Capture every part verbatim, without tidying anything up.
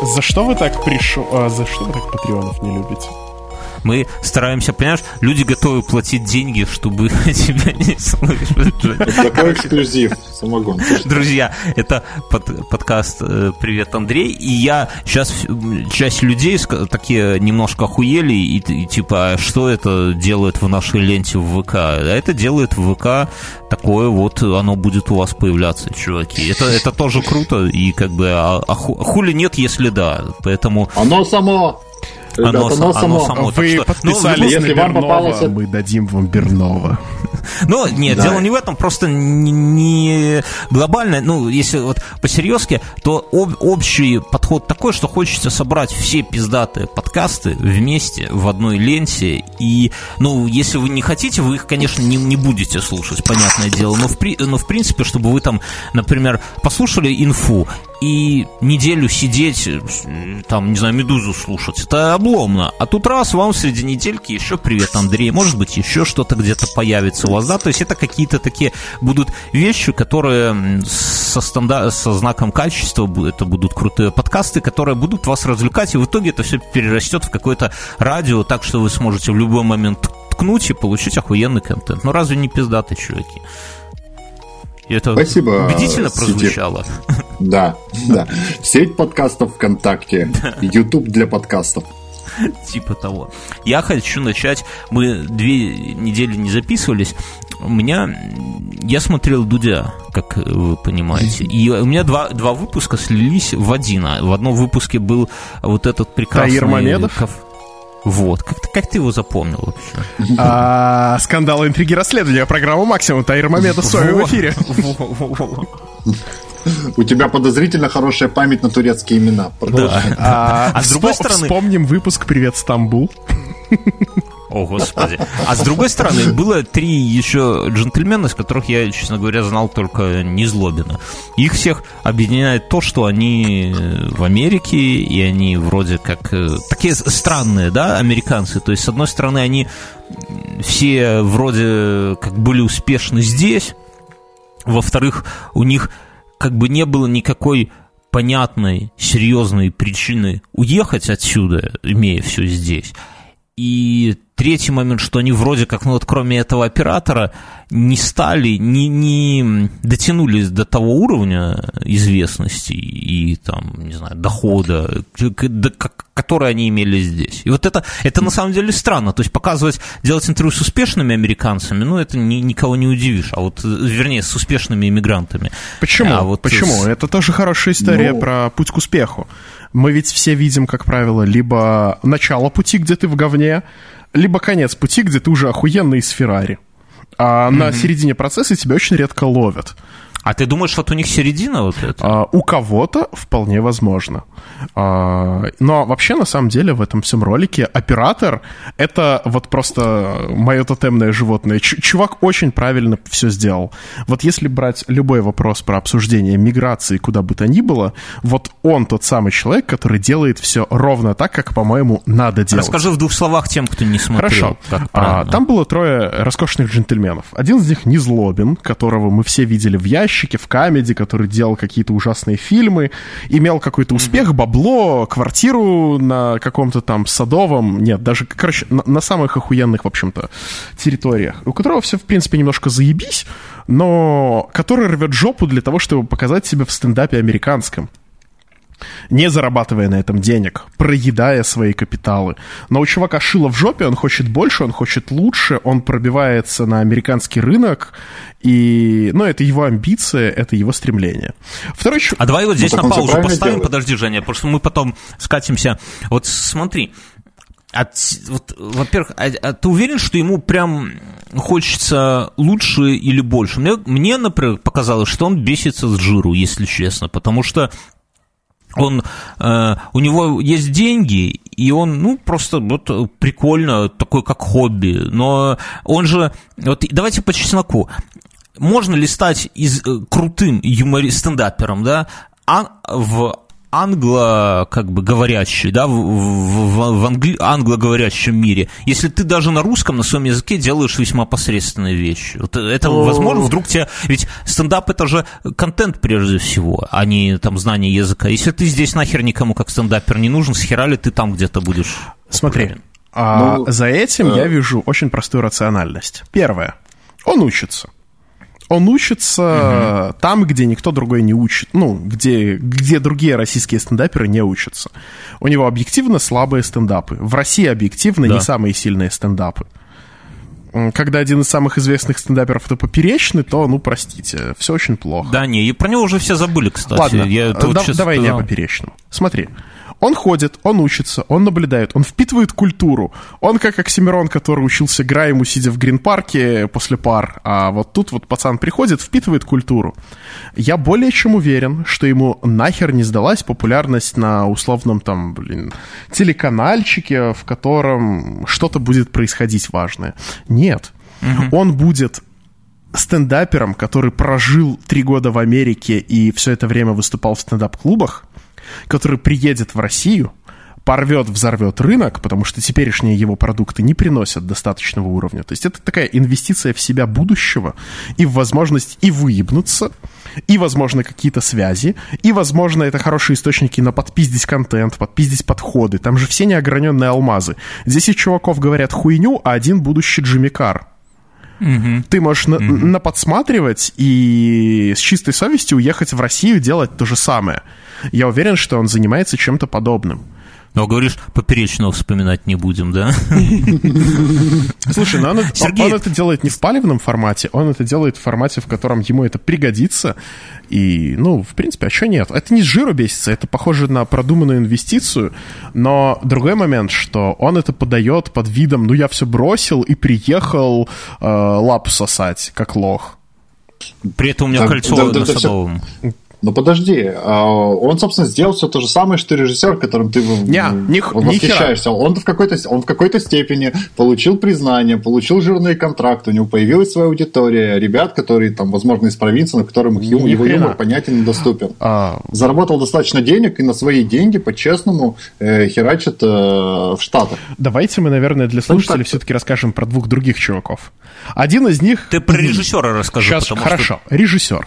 За что вы так пришел? А, за что вы так патреонов не любите? Мы стараемся, понимаешь, люди готовы платить деньги, чтобы тебя не слышать. Такой эксклюзив, самогон. Друзья, это под, подкаст «Привет, Андрей». И я сейчас, часть людей такие немножко охуели и, и типа, что это делает в нашей ленте в ВК? А это делает в ВК такое вот, оно будет у вас появляться, чуваки. Это, это тоже круто, и как бы, а, а хули нет, если да. Поэтому... Оно само... Ребята, оно, оно, оно само. само. Вы что, подписались ну, на Бернова, мы дадим вам Бернова. Ну, нет, да. Дело не в этом, просто не, не глобально, ну, если вот по-серьезки, то об, общий подход такой, что хочется собрать все пиздатые подкасты вместе в одной ленте, и, ну, если вы не хотите, вы их, конечно, не, не будете слушать, понятное дело, но в, но в принципе, чтобы вы там, например, послушали инфу, и неделю сидеть, там, не знаю, «Медузу» слушать, это обломно. А тут раз, вам среди недельки еще «Привет, Андрей», может быть, еще что-то где-то появится у вас, да, то есть это какие-то такие будут вещи, которые со, стандар... со знаком качества, это будут крутые подкасты, которые будут вас развлекать, и в итоге это все перерастет в какое-то радио, так что вы сможете в любой момент ткнуть и получить охуенный контент. Ну, разве не пиздатые чуваки? И это Спасибо, убедительно прозвучало. Сети... Да, да. Сеть подкастов ВКонтакте, YouTube для подкастов. Типа того. Я хочу начать. Мы две недели не записывались. У меня... Я смотрел Дудя, как вы понимаете. И у меня два, два выпуска слились в один. В одном выпуске был вот этот прекрасный... Таир Мамедов? Каф... Вот. Как, как ты его запомнил вообще? А, скандалы, интриги, расследования. Программа «Максимум». Таир Мамедов с вами в эфире. У тебя подозрительно хорошая память на турецкие имена. Да. А, а с другой стороны... Вспомним выпуск «Привет, Стамбул». О, Господи. А с другой стороны, было три еще джентльмена, из которых я, честно говоря, знал только Незлобина. Их всех объединяет то, что они в Америке, и они вроде как... Такие странные, да, американцы. То есть, с одной стороны, они все вроде как были успешны здесь. Во-вторых, у них как бы не было никакой понятной, серьезной причины уехать отсюда, имея все здесь. И третий момент, что они вроде как, ну вот кроме этого оператора, не стали, не, не дотянулись до того уровня известности и там, не знаю, дохода, который они имели здесь. И вот это, это на самом деле странно. То есть показывать, делать интервью с успешными американцами, ну это ни, никого не удивишь, а вот, вернее, с успешными иммигрантами. Почему? А вот Почему? с... Это тоже хорошая история, ну... про путь к успеху. Мы ведь все видим, как правило, либо начало пути, где ты в говне, либо конец пути, где ты уже охуенный из Феррари. А mm-hmm. на середине процесса тебя очень редко ловят. А ты думаешь, что у них середина вот эта? А, у кого-то вполне возможно. А, но вообще, на самом деле, в этом всем ролике оператор — это вот просто мое тотемное животное. Ч- чувак очень правильно все сделал. Вот если брать любой вопрос про обсуждение миграции куда бы то ни было, вот он тот самый человек, который делает все ровно так, как, по-моему, надо делать. Расскажи в двух словах тем, кто не смотрел. Хорошо. А, там было трое роскошных джентльменов. Один из них Незлобин, которого мы все видели в ящике, в камеди, который делал какие-то ужасные фильмы, имел какой-то успех, бабло, квартиру на каком-то там садовом, нет, даже, короче, на, на самых охуенных, в общем-то, территориях, у которого все, в принципе, немножко заебись, но который рвет жопу для того, чтобы показать себя в стендапе американском. Не зарабатывая на этом денег, проедая свои капиталы. Но у чувака шило в жопе, он хочет больше, он хочет лучше, он пробивается на американский рынок, и, ну, это его амбиция, это его стремление. Второй чувак... А давай вот здесь ну, на паузу поставим, делает. Подожди, Женя, потому что мы потом скатимся. Вот смотри, от, вот, во-первых, а, а ты уверен, что ему прям хочется лучше или больше? Мне, мне, например, показалось, что он бесится с жиру, если честно, потому что он, э, у него есть деньги, и он, ну, просто вот прикольно, такой как хобби, но он же, вот давайте по чесноку, можно ли стать из, крутым юмористом, стендапером, да, а в англо, как бы, говорящий, да, в, в, в англи, англоговорящем мире, если ты даже на русском, на своем языке делаешь весьма посредственные вещи? Вот это О-о-о. возможно? Вдруг тебе... Ведь стендап — это же контент прежде всего, а не там знание языка. Если ты здесь нахер никому как стендапер не нужен, с хера ли ты там где-то будешь? Смотри, а ну, за этим а... я вижу очень простую рациональность. Первое. Он учится. Он учится угу. там, где никто другой не учит. Ну, где, где другие российские стендаперы не учатся. У него объективно слабые стендапы. В России объективно да. не самые сильные стендапы. Когда один из самых известных стендаперов — это Поперечный, то, ну, простите, все очень плохо. Да, не, и про него уже все забыли, кстати. Ладно, я да, давай сказал. Не о Поперечном. Смотри. Он ходит, он учится, он наблюдает, он впитывает культуру. Он как Оксимирон, который учился Грайму, сидя в Грин-парке после пар. А вот тут вот пацан приходит, впитывает культуру. Я более чем уверен, что ему нахер не сдалась популярность на условном там, блин, телеканальчике, в котором что-то будет происходить важное. Нет. Угу. Он будет стендапером, который прожил три года в Америке и все это время выступал в стендап-клубах, который приедет в Россию, порвет, взорвет рынок, потому что теперешние его продукты не приносят достаточного уровня. То есть это такая инвестиция в себя будущего и в возможность и выебнуться, и, возможно, какие-то связи, и, возможно, это хорошие источники на подпиздить контент, подпиздить подходы. Там же все неограненные алмазы. десять чуваков говорят хуйню, а один будущий Джимми Карр. Mm-hmm. Ты можешь mm-hmm. на- наподсматривать и с чистой совестью уехать в Россию делать то же самое. Я уверен, что он занимается чем-то подобным. Но, говоришь, Поперечного вспоминать не будем, да? Слушай, ну он, Сергей... он это делает не в палевном формате, он это делает в формате, в котором ему это пригодится. И, ну, в принципе, а что нет? Это не с жиру бесится, это похоже на продуманную инвестицию. Но другой момент, что он это подает под видом: ну, я все бросил и приехал э, лапу сосать, как лох. При этом у меня да, кольцо да, на да, Садовом. Ну подожди, он, собственно, сделал все то же самое, что режиссер, которым ты не, не, восхищаешься. Он в, какой-то, он в какой-то степени получил признание, получил жирный контракт, у него появилась своя аудитория, ребят, которые, там, возможно, из провинции, на которым его юмор понятен и доступен. А... Заработал достаточно денег и на свои деньги по-честному э, херачит э, в Штатах. Давайте мы, наверное, для слушателей все-таки расскажем про двух других чуваков. Один из них... Ты про режиссера расскажи. Сейчас, хорошо, что... режиссер.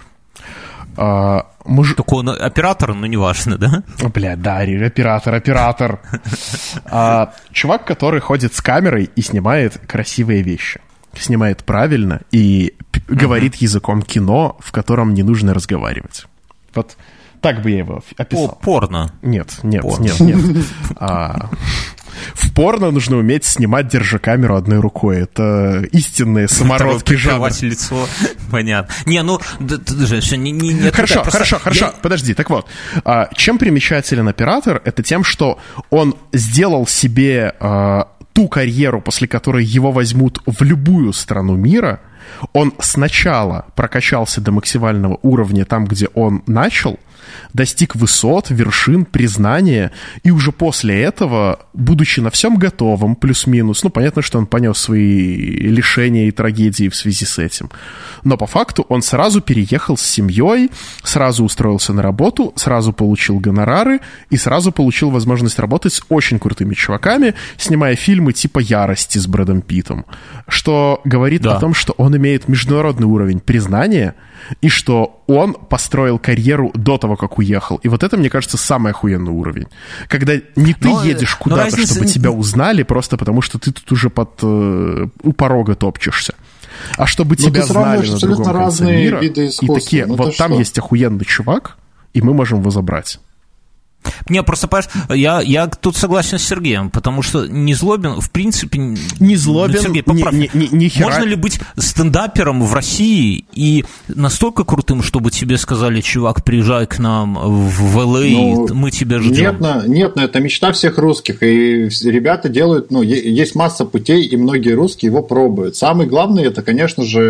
А, муж... Только он оператор, но не важно, да? Бля, да, оператор, оператор. а, чувак, который ходит с камерой и снимает красивые вещи. Снимает правильно и п- uh-huh. говорит языком кино, в котором не нужно разговаривать. Вот так бы я его описал. О, порно. Нет, нет, порно. нет, нет. а, в порно нужно уметь снимать, держа камеру одной рукой. Это истинные самородки жанра. Лицо, понятно. Не, ну, все, не, не, не Хорошо, просто... хорошо, хорошо, я... подожди, так вот. А, чем примечателен оператор? Это тем, что он сделал себе а, ту карьеру, после которой его возьмут в любую страну мира. Он сначала прокачался до максимального уровня там, где он начал, достиг высот, вершин, признания, и уже после этого, будучи на всем готовым, плюс-минус, ну, понятно, что он понес свои лишения и трагедии в связи с этим, но по факту он сразу переехал с семьей, сразу устроился на работу, сразу получил гонорары и сразу получил возможность работать с очень крутыми чуваками, снимая фильмы типа «Ярости» с Брэдом Питтом, что говорит да. о том, что он имеет международный уровень признания, и что он построил карьеру до того, как уехал. И вот это, мне кажется, самый охуенный уровень. Когда не ты но, едешь куда-то, разница... чтобы тебя узнали, просто потому что ты тут уже под, э, у порога топчешься. А чтобы но тебя знали на другом конце мира, и такие, ну, вот там что? Есть охуенный чувак, и мы можем его забрать. Не, просто, понимаешь, я, я тут согласен с Сергеем, потому что Незлобин, в принципе... Незлобин, Сергей, поправь. Не, не, не хера... Можно ли быть стендапером в России и настолько крутым, чтобы тебе сказали: чувак, приезжай к нам в эл эй, ну, мы тебя ждем? Нет, нет, это мечта всех русских, и ребята делают, ну, есть масса путей, и многие русские его пробуют. Самый главный, это, конечно же,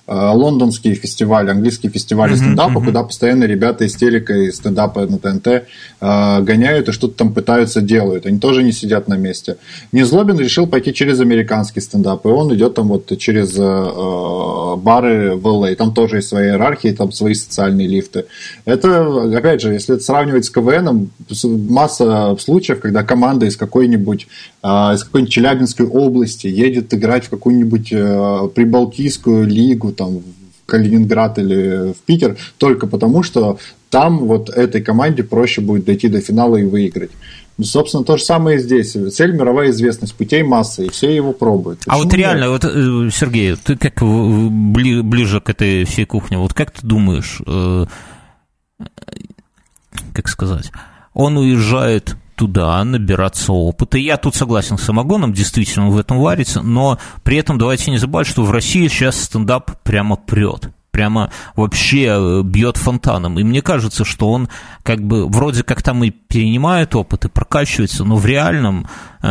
лондонские фестивали, английские фестивали mm-hmm, стендапа, mm-hmm. куда постоянно ребята из телека и стендапа на ТНТ э, гоняют и что-то там пытаются делают. Они тоже не сидят на месте. Незлобин решил пойти через американский стендап, и он идет там вот через э, бары в эл эй. Там тоже есть свои иерархии, там свои социальные лифты. Это, опять же, если это сравнивать с КВНом, масса случаев, когда команда из какой-нибудь, э, из какой-нибудь Челябинской области едет играть в какую-нибудь э, прибалтийскую лигу, там, в Калининград или в Питер, только потому, что там вот этой команде проще будет дойти до финала и выиграть. Ну, собственно, то же самое и здесь. Цель – мировая известность, путей масса, и все его пробуют. Почему а вот реально, нет? Вот, Сергей, ты как бли, ближе к этой всей кухне, вот как ты думаешь, э, как сказать, он уезжает туда набираться опыта. Я тут согласен с Самогоном, действительно, в этом варится, но при этом давайте не забывать, что в России сейчас стендап прямо прет. Прямо вообще бьет фонтаном. И мне кажется, что он как бы вроде как там и перенимает опыт, и прокачивается, но в реальном,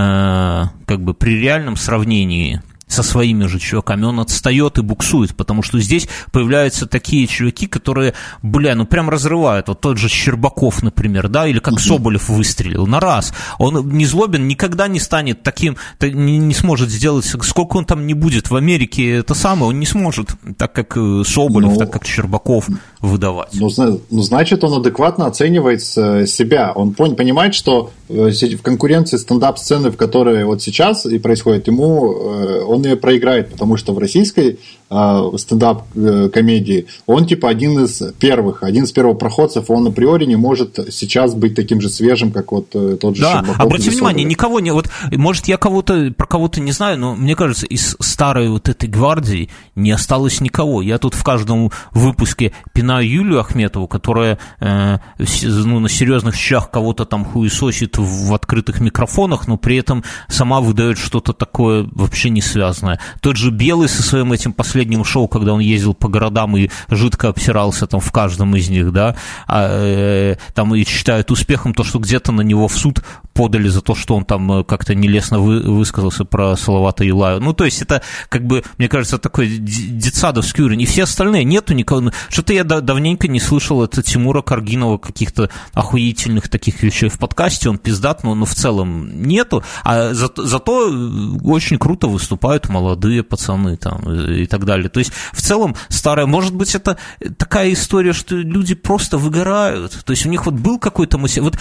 э, как бы при реальном сравнении со своими же чуваками он отстает и буксует, потому что здесь появляются такие чуваки, которые, бля, ну прям разрывают. Вот тот же Щербаков, например, да, или как uh-huh. Соболев выстрелил на раз. Он, Незлобин, никогда не станет таким, не, не сможет сделать, сколько он там не будет в Америке, это самое, он не сможет, так как Соболев, ну, так как Щербаков выдавать. Ну, ну, значит, он адекватно оценивает себя. Он понимает, что в конкуренции стендап-сцены, в которой вот сейчас и происходит, ему он ее проиграет, потому что в российской э, стендап-комедии он типа один из первых, один из первопроходцев, он априори не может сейчас быть таким же свежим, как вот э, тот же да, Щербаков. Обрати внимание, никого не... Вот, может, я кого-то, про кого-то не знаю, но мне кажется, из старой вот этой гвардии не осталось никого. Я тут в каждом выпуске пинаю Юлию Ахметову, которая э, ну, на серьезных щах кого-то там хуесосит в открытых микрофонах, но при этом сама выдает что-то такое вообще не связанное. Тот же Белый со своим этим последним шоу, когда он ездил по городам и жидко обсирался там в каждом из них, да, а, э, там и считают успехом то, что где-то на него в суд подали за то, что он там как-то нелестно вы, высказался про Салавата Юлаева. Ну, то есть это, как бы, мне кажется, такой детсадовский уровень. И все остальные, нету никого. Что-то я давненько не слышал от Тимура Каргинова каких-то охуительных таких вещей в подкасте, он пиздат, но, но в целом нету. А за, зато очень круто выступают молодые пацаны там и так далее. То есть в целом старая, может быть, это такая история, что люди просто выгорают. То есть у них вот был какой-то мотив. Вот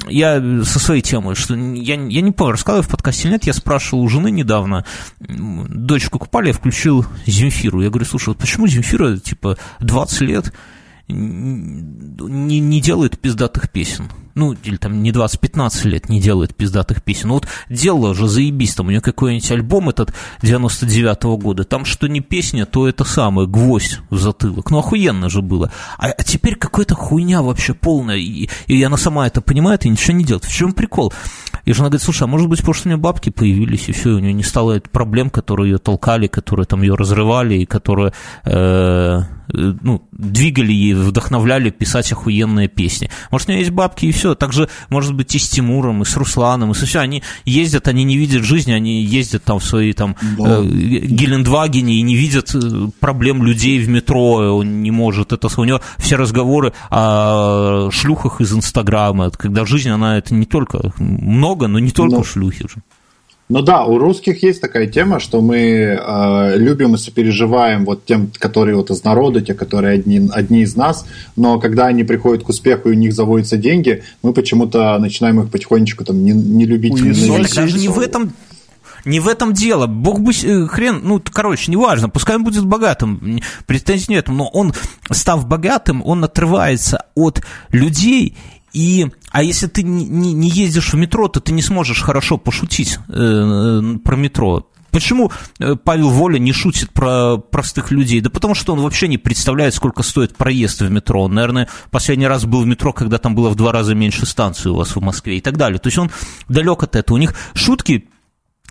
я со своей темой, что я, я не помню, рассказываю в подкасте или нет, я спрашивал у жены недавно, дочку купали, я включил Земфиру. Я говорю, слушай, вот почему Земфира, типа, двадцать лет не, не делает пиздатых песен? Ну, или там не двадцать, пятнадцать лет не делает пиздатых песен. Ну, вот делала же, заебись, там у нее какой-нибудь альбом этот девяносто девятого года, там что не песня, то это самое, гвоздь в затылок. Ну, охуенно же было. А, а теперь какая-то хуйня вообще полная, и, и она сама это понимает и ничего не делает. В чем прикол? И жена говорит, слушай, а может быть, потому что у нее бабки появились, и все, у нее не стало проблем, которые ее толкали, которые там ее разрывали, и которые э, ну, двигали ей, вдохновляли писать охуенные песни. Может, у нее есть бабки, и все. Так же, может быть, и с Тимуром, и с Русланом, и со все. Они ездят, они не видят жизни, они ездят там в свои там э, Гелендвагене и не видят проблем людей в метро, он не может. Это, у него все разговоры о шлюхах из Инстаграма, когда жизнь, она это не только много, но не только но... шлюхи же. Ну да, у русских есть такая тема, что мы э, любим и сопереживаем вот тем, которые вот из народа, те, которые одни, одни из нас, но когда они приходят к успеху и у них заводятся деньги, мы почему-то начинаем их потихонечку там не, не любить. Ой, не даже не в этом... Не в этом дело. Бог бы хрен, ну, короче, неважно, пускай он будет богатым, претензий нет, но он, став богатым, он отрывается от людей. И, а если ты не, не, не ездишь в метро, то ты не сможешь хорошо пошутить э, про метро. Почему Павел Воля не шутит про простых людей? Да потому что он вообще не представляет, сколько стоит проезд в метро. Он, наверное, последний раз был в метро, когда там было в два раза меньше станций у вас в Москве и так далее. То есть он далек от этого. У них шутки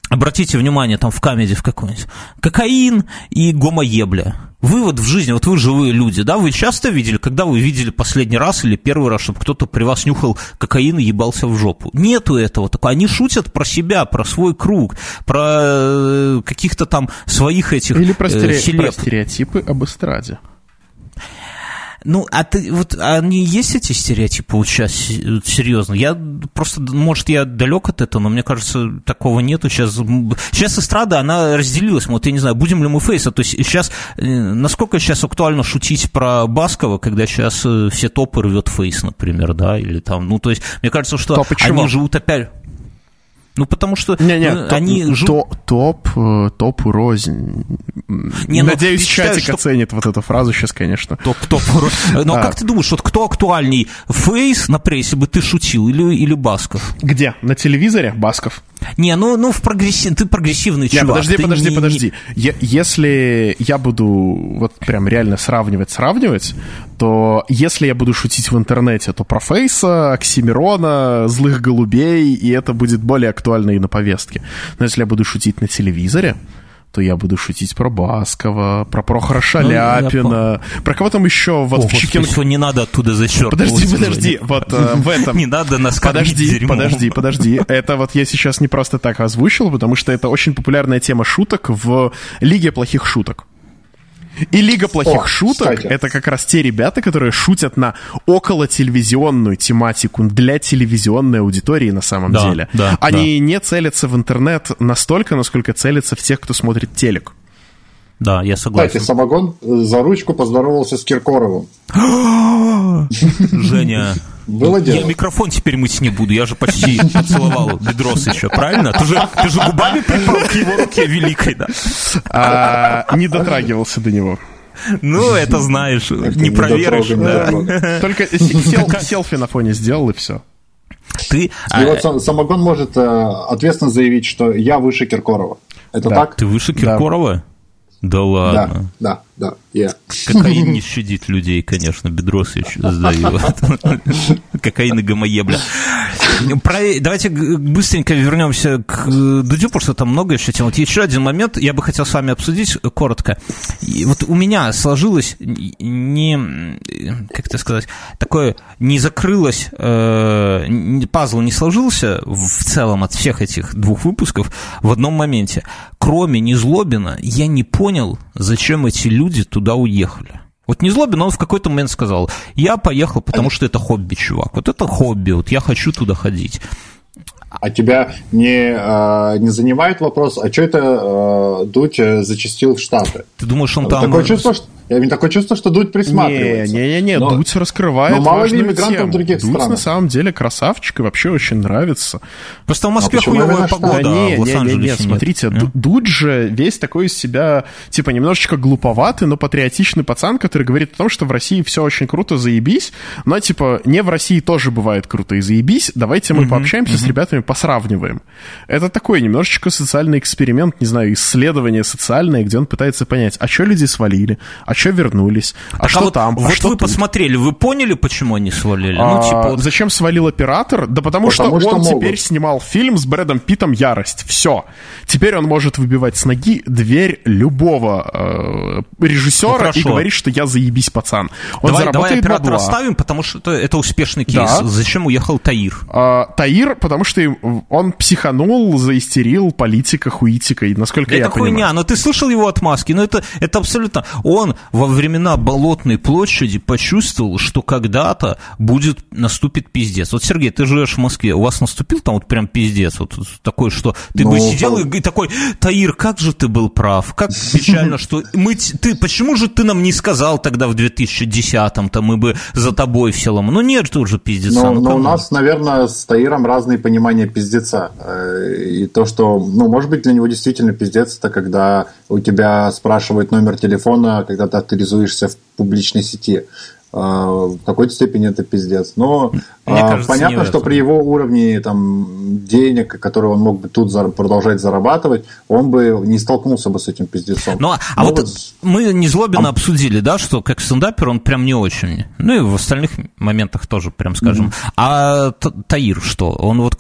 обратите внимание, там в камеди в какой-нибудь, кокаин и гомоебля. Вывод в жизни, вот вы живые люди, да, вы часто видели, когда вы видели последний раз или первый раз, чтобы кто-то при вас нюхал кокаин и ебался в жопу? Нету этого такого. Они шутят про себя, про свой круг, про каких-то там своих этих или про, стере... э, селеб. Про стереотипы об эстраде. Ну, а ты, вот они есть эти стереотипы вот сейчас, серьезно? Я просто, может, я далек от этого, но мне кажется, такого нету сейчас. Сейчас эстрада, она разделилась. Вот я не знаю, будем ли мы фейса. То есть сейчас, насколько сейчас актуально шутить про Баскова, когда сейчас все топы рвет фейс, например, да, или там, ну, то есть, мне кажется, что то они живут опять... Ну, потому что не, не, они топ, живут... Топ, топ рознь. Не, Надеюсь, чатик считаешь, что... оценит вот эту фразу сейчас, конечно. Топ, топ рознь. Но как ты думаешь, вот кто актуальней, Фейс, например, если бы ты шутил, или, или Басков? Где? На телевизоре Басков? Не, ну, ну в прогрессив... ты прогрессивный не, чувак. Подожди, ты подожди, не, подожди. Не... Если я буду вот прям реально сравнивать, сравнивать, то если я буду шутить в интернете, то про Фейса, Оксимирона, злых голубей, и это будет более актуально и на повестке. Но если я буду шутить на телевизоре, то я буду шутить про Баскова, про Прохора Шаляпина, ну, про кого там еще вот О, в Чикин... Господи, не надо оттуда зачерпывать. Подожди, подожди, вот э, в этом... Не надо нас кормить Подожди, дерьмом. подожди, подожди. Это вот я сейчас не просто так озвучил, потому что это очень популярная тема шуток в Лиге плохих шуток. И Лига плохих О, шуток кстати. Это как раз те ребята, которые шутят на околотелевизионную тематику для телевизионной аудитории на самом да, деле. Да, Они да. не целятся в интернет настолько, насколько целятся в тех, кто смотрит телек. Да, я согласен. Кстати, Самогон за ручку поздоровался с Киркоровым. Женя, было дело. Я микрофон теперь мыть не буду, я же почти поцеловал бедрос еще, правильно? Ты же, ты же губами припал к его руке великой, да? А, не дотрагивался до него. Ну, это знаешь, это не, не проверишь. Да. Только сел, селфи на фоне сделал, и все. Ты, и а... вот Самогон может ответственно заявить, что я выше Киркорова. Это да. так? Ты выше Киркорова? Да. Да ладно. Да, да, да. Yeah. Кокаин не щадит людей, конечно, бедрос еще сдаю. Кокаин и гомоебля. Давайте быстренько вернемся к Дудю, потому что там много еще тем. Вот еще один момент я бы хотел с вами обсудить коротко. Вот у меня сложилось не, как это сказать, такое, не закрылось, пазл не сложился в целом от всех этих двух выпусков в одном моменте. Кроме Незлобина, я не понял, зачем эти люди туда уехали. Вот Незлобин, он в какой-то момент сказал, я поехал, потому что это хобби, чувак. Вот это хобби, вот я хочу туда ходить. А тебя не, а, не занимает вопрос, а что это а, Дудь зачастил в Штаты? Ты думаешь, он а там... Такое чувство, что... Я имею такое чувство, что Дудь присматривается. Не-не-не, но... Дудь раскрывает но мало важную иммигрантов тему. в других Дудь странах. на самом деле красавчик и вообще очень нравится. Просто в Москве а хуевая погода, да не, а в Лос-Анджелесе не, не, не, смотрите, нет. Дудь же весь такой из себя, типа, немножечко глуповатый, но патриотичный пацан, который говорит о том, что в России все очень круто, заебись, но, типа, не в России тоже бывает круто и заебись, давайте мы uh-huh, пообщаемся uh-huh. с ребятами, посравниваем. Это такой немножечко социальный эксперимент, не знаю, исследование социальное, где он пытается понять, а что люди свалили, а что вернулись, а так что а вот, там, а вот что вы тут? Посмотрели, вы поняли, почему они свалили? А, ну, типа, вот... Зачем свалил оператор? Да потому, потому что, что он могут. Теперь снимал фильм с Брэдом Питтом «Ярость». Все. Теперь он может выбивать с ноги дверь любого э, режиссера ну, и говорить, что я заебись, пацан. Он давай, заработает давай оператора бабла. оставим, потому что это, это успешный кейс. Да. Зачем уехал Таир? А, Таир, потому что он психанул, заистерил политика, хуитика, и насколько это я хуйня, понимаю. Но ты слышал его отмазки? Ну, это, это абсолютно... Он во времена Болотной площади почувствовал, что когда-то будет, наступит пиздец. Вот, Сергей, ты живешь в Москве, у вас наступил там вот прям пиздец, вот такой, что ты ну, бы сидел там... и такой, Таир, как же ты был прав, как печально, что мы, ты, почему же ты нам не сказал тогда в две тысячи десятом-то, мы бы за тобой все ломали. Ну, нет, тут же пиздеца. Но, ну, но у нас, наверное, с Таиром разные понимания пиздеца. И то, что, ну, может быть, для него действительно пиздец, это когда у тебя спрашивают номер телефона, когда ты авторизуешься в публичной сети. В какой-то степени это пиздец. Но кажется, понятно, что при его уровне там, денег, которые он мог бы тут продолжать зарабатывать, он бы не столкнулся бы с этим пиздецом. Ну, а Но вот, вот мы Незлобина а... обсудили, да, что как стендапер он прям не очень. Ну и в остальных моментах тоже, прям скажем. Mm-hmm. А Таир что? Он вот кроме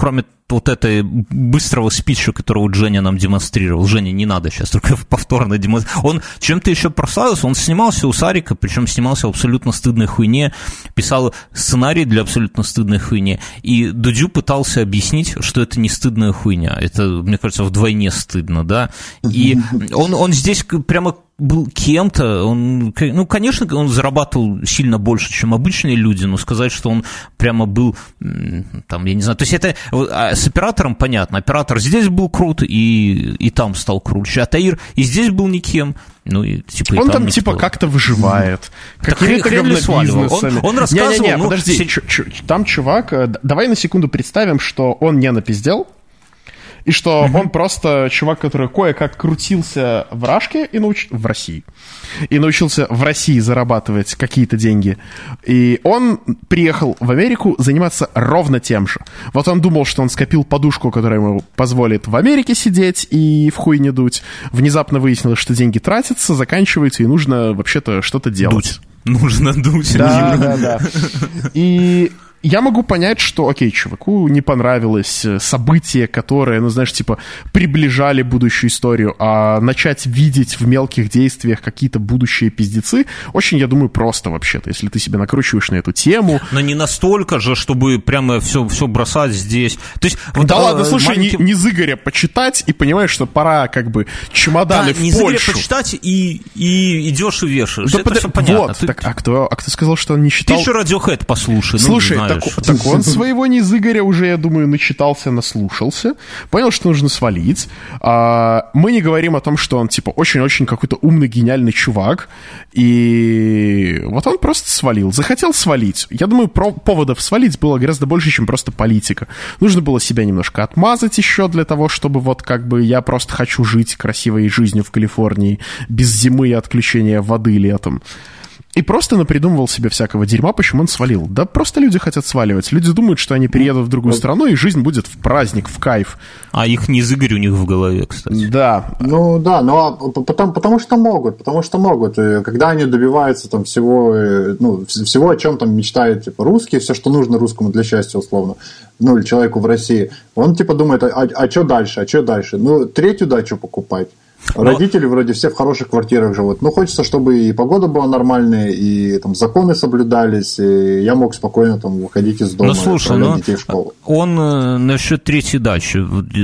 вот этой быстрого спича, которого Женя нам демонстрировал. Женя, не надо сейчас, только повторно демонстрировать. Он чем-то еще прославился, он снимался у Сарика, причем снимался в абсолютно стыдной хуйне, писал сценарий для абсолютно стыдной хуйне, и Дудю пытался объяснить, что это не стыдная хуйня, это, мне кажется, вдвойне стыдно, да, и он, он здесь прямо был кем-то, он, ну, конечно, он зарабатывал сильно больше, чем обычные люди, но сказать, что он прямо был, там, я не знаю, то есть это с оператором понятно, оператор здесь был крут, и, и там стал круче, а Таир и здесь был никем, ну, и, типа, он и там, там типа, как-то выживает, какими-то говнобизнесами. Он, он рассказывал, не-не-не, ну, подожди, все... ч- ч- там чувак, давай на секунду представим, что он не напиздел, и что mm-hmm. он просто чувак, который кое-как крутился в Рашке и науч... в России, и научился в России зарабатывать какие-то деньги. И он приехал в Америку заниматься ровно тем же. Вот он думал, что он скопил подушку, которая ему позволит в Америке сидеть и в хуй не дуть. Внезапно выяснилось, что деньги тратятся, заканчиваются, и нужно вообще-то что-то делать. Дуть. Нужно дуть. Да, да, да. И... я могу понять, что, окей, чуваку не понравилось событие, которое, ну, знаешь, типа, приближали будущую историю, а начать видеть в мелких действиях какие-то будущие пиздецы, очень, я думаю, просто вообще-то, если ты себя накручиваешь на эту тему. Но не настолько же, чтобы прямо все, все бросать здесь. То есть, вот, да а, ладно, слушай, маленький... не, не с Игоря почитать и понимаешь, что пора, как бы, чемоданы да, в не Польшу. Не с Игоря почитать и, и идешь и вешаешь. Да это под... все понятно. Вот, ты... так, а, кто, а кто сказал, что он не читал? Ты же Radiohead послушай, слушай, ну, Так, так он своего не из Игоря уже, я думаю, начитался, наслушался, понял, что нужно свалить. А, мы не говорим о том, что он, типа, очень-очень какой-то умный, гениальный чувак, и вот он просто свалил, захотел свалить. Я думаю, про- поводов свалить было гораздо больше, чем просто политика. Нужно было себя немножко отмазать еще для того, чтобы вот как бы я просто хочу жить красивой жизнью в Калифорнии, без зимы и отключения воды летом. И просто напридумывал себе всякого дерьма, почему он свалил. Да просто люди хотят сваливать. Люди думают, что они переедут в другую страну, и жизнь будет в праздник, в кайф. А их не из Игоря у них в голове, кстати. Да. Ну да, но потому, потому что могут, потому что могут. И когда они добиваются там всего, ну, всего, о чем там мечтают типа русские, все, что нужно русскому для счастья, условно, ну, или человеку в России, он типа думает, а, а что дальше, а что дальше? Ну, третью дачу покупать. Родители Но... вроде все в хороших квартирах живут. Ну, хочется, чтобы и погода была нормальная, и там законы соблюдались, и я мог спокойно там выходить из дома, ну, слушай, отправлять ну, детей в школу. Он э, насчет третьей дачи,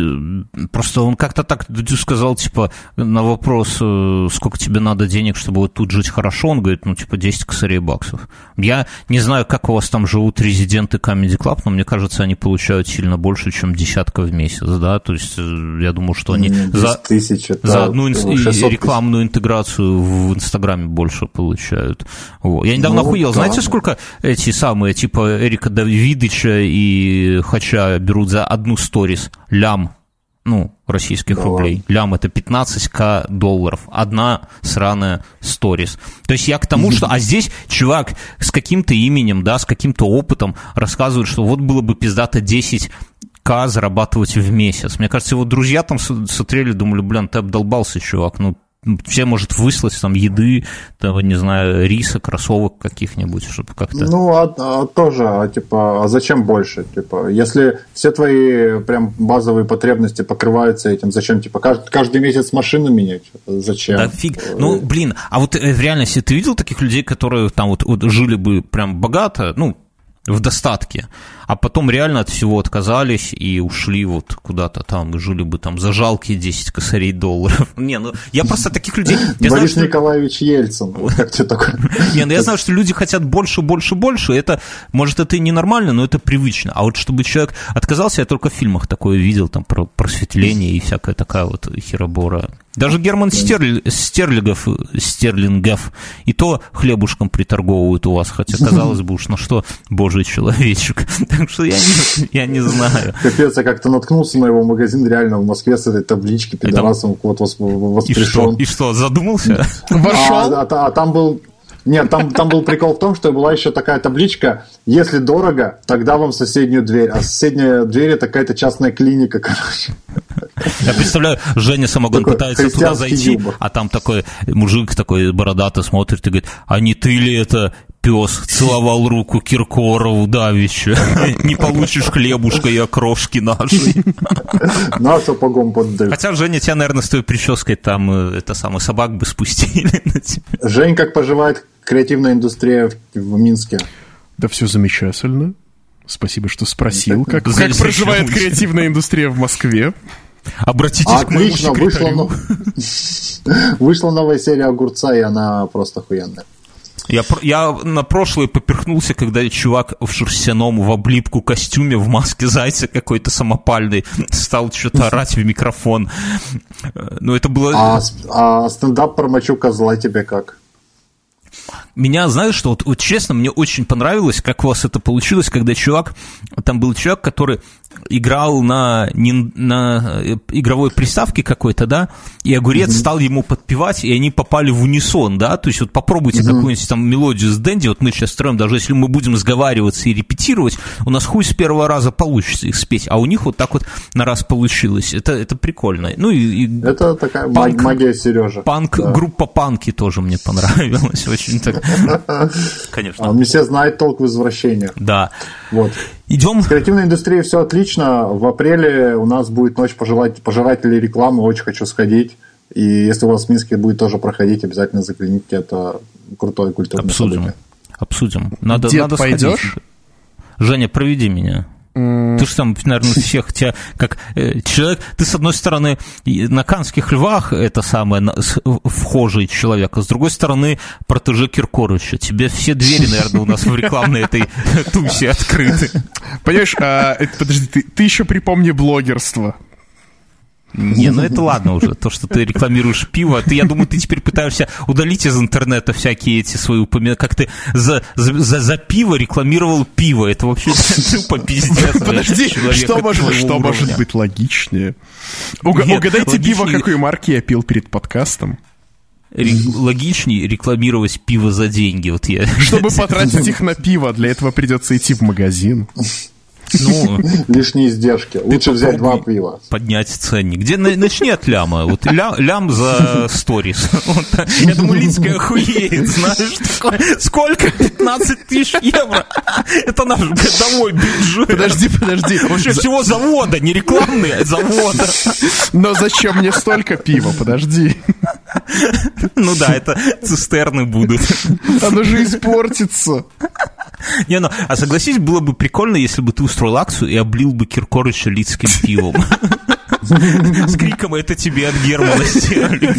просто он как-то так сказал, типа, на вопрос, э, сколько тебе надо денег, чтобы вот тут жить хорошо, он говорит, ну, типа, десять косарей баксов. Я не знаю, как у вас там живут резиденты Comedy Club, но мне кажется, они получают сильно больше, чем десятка в месяц, да, то есть я думаю, что они за, тысяч, это... за одну рекламную интеграцию в Инстаграме больше получают. Вот. Я недавно ну, охуел. Да. Знаете, сколько эти самые, типа Эрика Давидыча и Хача берут за одну сторис? Лям. Ну, российских да. рублей. Лям – это пятнадцать тысяч долларов. Одна сраная сторис. То есть я к тому, что... А здесь чувак с каким-то именем, да, с каким-то опытом рассказывает, что вот было бы пиздато десять к зарабатывать в месяц. Мне кажется, его друзья там смотрели, думали, блин, ты обдолбался, чувак, ну, все, может, выслать там еды, там, не знаю, риса, кроссовок каких-нибудь, чтобы как-то... Ну, а, а тоже, а, типа, а зачем больше? Типа, если все твои прям базовые потребности покрываются этим, зачем, типа, каждый, каждый месяц машину менять? Зачем? Да фиг, ну, блин, а вот в реальности ты видел таких людей, которые там вот, вот жили бы прям богато, ну, в достатке, а потом реально от всего отказались и ушли вот куда-то там, и жили бы там за жалкие десять косарей долларов. Не, ну, я просто таких людей... Я Борис знаю, Николаевич что... Ельцин, вот как тебе такое? Не, ну я знаю, что люди хотят больше, больше, больше, это, может, это и не нормально, но это привычно. А вот чтобы человек отказался, я только в фильмах такое видел, там, про просветление и всякая такая вот херобора. Даже Герман Стерли... Стерлигов, Стерлингов и то хлебушком приторговывают у вас, хотя, казалось бы, уж на что божий человечек. Так что я не, я не знаю. Капец, я как-то наткнулся на его магазин реально в Москве с этой таблички пидорасом вот воспрешен. И что, и что, задумался? Вошел? А, а, а там был... Нет, там, там был прикол в том, что была еще такая табличка: если дорого, тогда вам соседнюю дверь. А соседняя дверь — это какая-то частная клиника, короче. Я представляю, Женя Самогон такой пытается туда зайти, юбок. А там такой мужик такой бородатый смотрит и говорит: а не ты ли это пес целовал руку Киркорову давеча. Не получишь хлебушка и окрошки нашей. На сапогом поддать. Хотя, Женя, тебя, наверное, с той прической там это самое, собак бы спустили на тебя. Жень, как поживает креативная индустрия в, в Минске? Да все замечательно. Спасибо, что спросил. Как, как проживает креативная индустрия в Москве? Обратитесь а, к моему отлично, секретарю. Вышла, вышла новая серия «Огурца», и она просто охуенная. Я, я на прошлое поперхнулся, когда чувак в шерстяном, в облипку костюме, в маске зайца какой-то самопальный стал что-то орать в микрофон. Ну, это было... А, а стендап про мочу козла тебе как? Меня, знаешь, что, вот, вот честно, мне очень понравилось, как у вас это получилось, когда чувак, там был человек, который играл на, не, на игровой приставке какой-то, да, и огурец mm-hmm. стал ему подпевать, и они попали в унисон, да, то есть вот попробуйте mm-hmm. какую-нибудь там мелодию с Дэнди, вот мы сейчас строим, даже если мы будем сговариваться и репетировать, у нас хуй с первого раза получится их спеть, а у них вот так вот на раз получилось, это, это прикольно. Ну и, и это такая панк, магия Сережи. Панк, да. Группа Панки тоже мне понравилась, очень так, конечно. А мы все знают толк в извращениях. Да. Вот. Идем. С креативной индустрией все отлично. В апреле у нас будет ночь пожирателей рекламы. Очень хочу сходить. И если у вас в Минске будет тоже проходить, обязательно загляните. Это крутое культурное Обсудим. событие. Обсудим. Надо, Дед, надо пойдешь? Сходить. Женя, проведи меня. Mm. Ты же там, наверное, всех тебя как э, человек, ты с одной стороны на Канских львах это самое на, с, вхожий человек, а с другой стороны протеже Киркоровича. Тебе все двери, наверное, у нас в рекламной этой тусе открыты. Понимаешь, а, подожди, ты, ты еще припомни блогерство. Не, ну это ладно уже, то, что ты рекламируешь пиво. Ты, я думаю, ты теперь пытаешься удалить из интернета всякие эти свои упоминания. Как ты за, за, за пиво рекламировал пиво. Это вообще тупо пиздец. Подожди, что, может, что может быть логичнее? Уг, Нет, угадайте логичнее... пиво, какой марки я пил перед подкастом. Логичнее рекламировать пиво за деньги. Вот я... Чтобы потратить их на пиво, для этого придется идти в магазин. Ну, лишние издержки. Лучше взять два пива. Поднять ценник. Где начни от ляма. Вот лям, лям за сторис. Вот, я думаю, Лицкая охуеет. Знаешь, такое, сколько? пятнадцать тысяч евро. Это наш годовой бюджет. Подожди, подожди. Вообще за... всего завода, не рекламный, а завода. Но зачем мне столько пива? Подожди. Ну да, это цистерны будут. Оно же испортится. Не, ну, а согласись, было бы прикольно, если бы ты устроил акцию и облил бы Киркоровича Лицким пивом. С криком «Это тебе от Германа Стерлигова».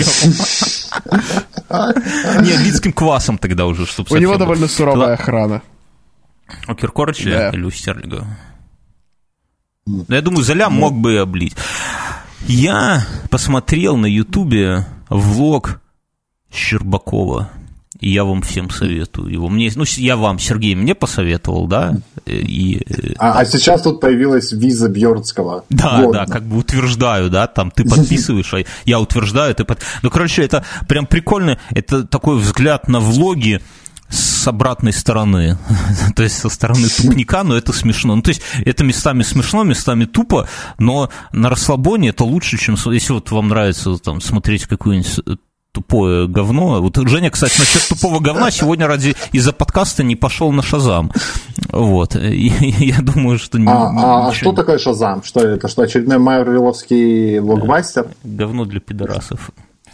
Не, Лицким квасом тогда уже, чтобы... У него довольно суровая охрана. У Киркоровича или у Стерлигова? Ну, я думаю, за лям мог бы и облить. Я посмотрел на Ютубе влог Щербакова. И я вам всем советую его. Мне, ну, я вам, Сергей, мне посоветовал, да? И, а, а сейчас тут появилась виза Бьернского. Да, вот. Да, как бы утверждаю, да, там ты подписываешь, а я утверждаю, ты под... Ну, короче, это прям прикольно, это такой взгляд на влоги с обратной стороны, то есть со стороны тупника, но это смешно. Ну, то есть это местами смешно, местами тупо, но на расслабоне это лучше, чем если вот вам нравится там смотреть какую-нибудь тупое говно. Вот Женя, кстати, насчет тупого говна сегодня ради из-за подкаста не пошел на Шазам. Вот. И, я думаю, что... Не, а, а, а что такое Шазам? Что это? Что очередной марвеловский блокбастер? Говно для пидорасов.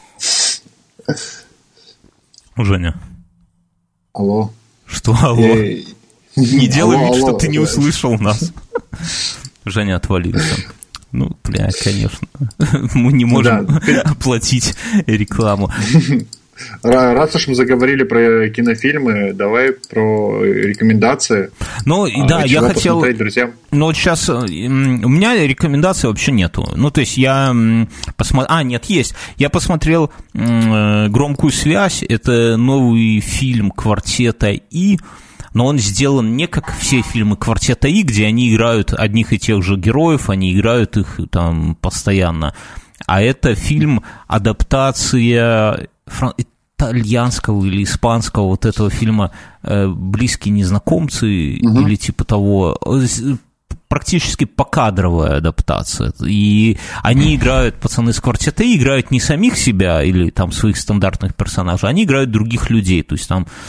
Женя. Алло. Что алло? Я... Не делай алло, вид, алло, что ты не да. услышал нас. Женя отвалился. Ну, бля, конечно. Мы не можем да. оплатить рекламу. Раз уж мы заговорили про кинофильмы, давай про рекомендации. Ну, а, да, я хотел... Друзьям? Ну, вот сейчас у меня рекомендаций вообще нету. Ну, то есть я посмотрел... А, нет, есть. Я посмотрел «Громкую связь». Это новый фильм «Квартета И». Но он сделан не как все фильмы «Квартета И», где они играют одних и тех же героев, они играют их там постоянно. А это фильм адаптация фран... итальянского или испанского вот этого фильма «Близкие незнакомцы» угу. или типа того. Практически покадровая адаптация. И они играют, пацаны с «Квартета И», играют не самих себя или там своих стандартных персонажей, они играют других людей. То есть там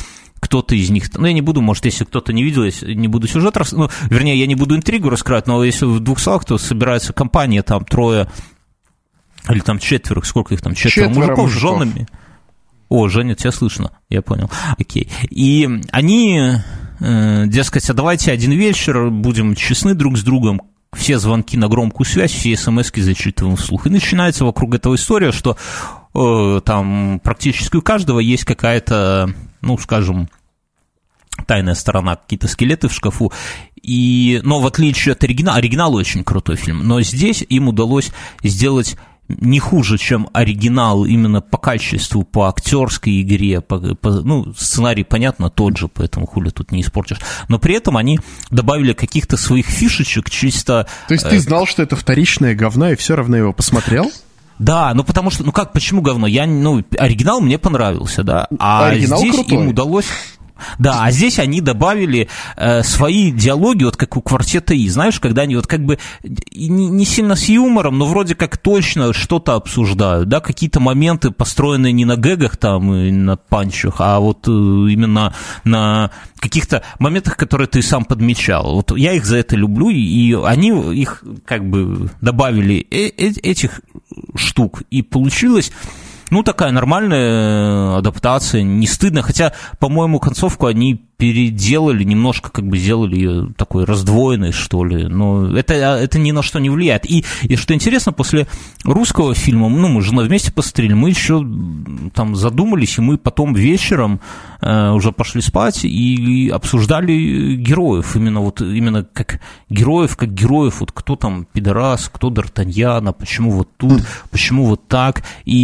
кто-то из них, ну, я не буду, может, если кто-то не видел, если не буду сюжет, рас... ну, вернее, я не буду интригу раскрывать, но если в двух словах, то собирается компания, там, трое, или там четверо, сколько их там, четверо, четверо мужиков, мужиков с женами. О, Женя, тебя слышно, я понял, окей. И они, э, дескать, а давайте один вечер, будем честны друг с другом, все звонки на громкую связь, все смс-ки зачитываем вслух. И начинается вокруг этого история, что э, там практически у каждого есть какая-то, ну, скажем, тайная сторона, какие-то скелеты в шкафу. И, но в отличие от оригинала, оригинал очень крутой фильм, но здесь им удалось сделать не хуже, чем оригинал именно по качеству, по актерской игре, по, по, ну, сценарий, понятно, тот же, поэтому хули тут не испортишь, но при этом они добавили каких-то своих фишечек чисто... То есть ты знал, что это вторичное говно, и все равно его посмотрел? Да, ну потому что, ну как, почему говно? Я, ну, оригинал мне понравился, да, а оригинал здесь крутой. Им удалось... Да, а здесь они добавили э, свои диалоги, вот как у «Квартета И», знаешь, когда они вот как бы не, не сильно с юмором, но вроде как точно что-то обсуждают, да, какие-то моменты, построенные не на гэгах там и на панчах, а вот э, именно на каких-то моментах, которые ты сам подмечал. Вот я их за это люблю, и они их как бы добавили э- э- этих штук, и получилось... Ну, такая нормальная адаптация, не стыдно, хотя, по-моему, концовку они переделали, немножко как бы сделали ее такой раздвоенной, что ли, но это, это ни на что не влияет. И, и что интересно, после русского фильма, ну, мы с женой вместе посмотрели, мы еще там задумались, и мы потом вечером э, уже пошли спать и, и обсуждали героев, именно вот, именно как героев, как героев, вот кто там пидорас, кто Д'Артаньяна, почему вот тут, почему вот так,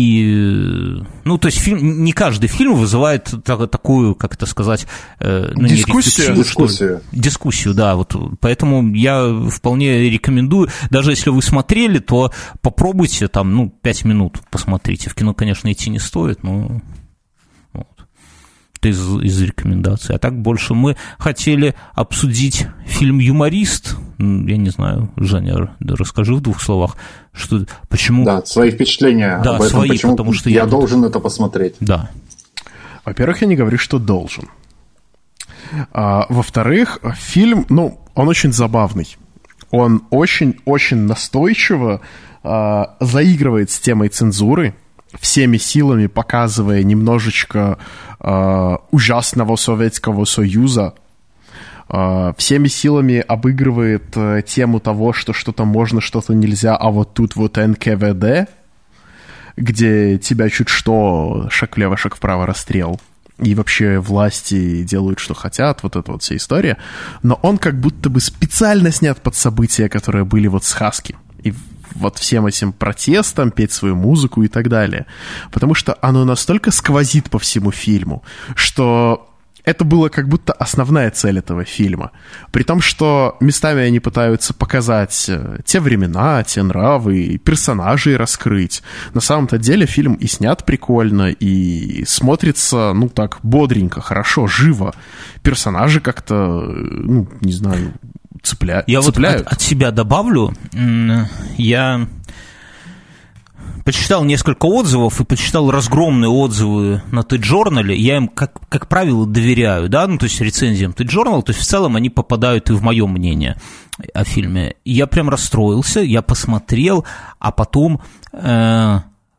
и, ну, то есть фильм, не каждый фильм вызывает такую, как это сказать, ну, дискуссию, дискуссию. Дискуссию, да, вот, поэтому я вполне рекомендую, даже если вы смотрели, то попробуйте там, ну, пять минут посмотрите, в кино, конечно, идти не стоит, но вот. Это из, из рекомендаций, а так больше мы хотели обсудить фильм «Юморист», я не знаю, Женя, расскажи в двух словах, что, почему... Да, свои впечатления да, об этом, свои, почему потому что я, я должен это посмотреть. Да. Во-первых, я не говорю, что должен. А, во-вторых, фильм, ну, он очень забавный. Он очень-очень настойчиво а, заигрывает с темой цензуры, всеми силами показывая немножечко а, ужасного Советского Союза, а, всеми силами обыгрывает а, тему того, что что-то можно, что-то нельзя, а вот тут вот эн ка вэ дэ, где тебя чуть что шаг влево, шаг вправо, расстрел. И вообще власти делают, что хотят, вот эта вот вся история. Но он как будто бы специально снят под события, которые были вот с Хаски. И вот всем этим протестом, петь свою музыку и так далее. Потому что оно настолько сквозит по всему фильму, что... Это было как будто основная цель этого фильма. При том, что местами они пытаются показать те времена, те нравы, персонажей раскрыть. На самом-то деле фильм и снят прикольно, и смотрится, ну так, бодренько, хорошо, живо. Персонажи как-то, ну, не знаю, цепля... Я цепляют. Я вот от, от себя добавлю. Я... почитал несколько отзывов и почитал разгромные отзывы на TJournal, я им, как, как правило, доверяю, да, ну, то есть рецензиям TJournal, то есть в целом они попадают и в мое мнение о фильме. И я прям расстроился, я посмотрел, а потом э,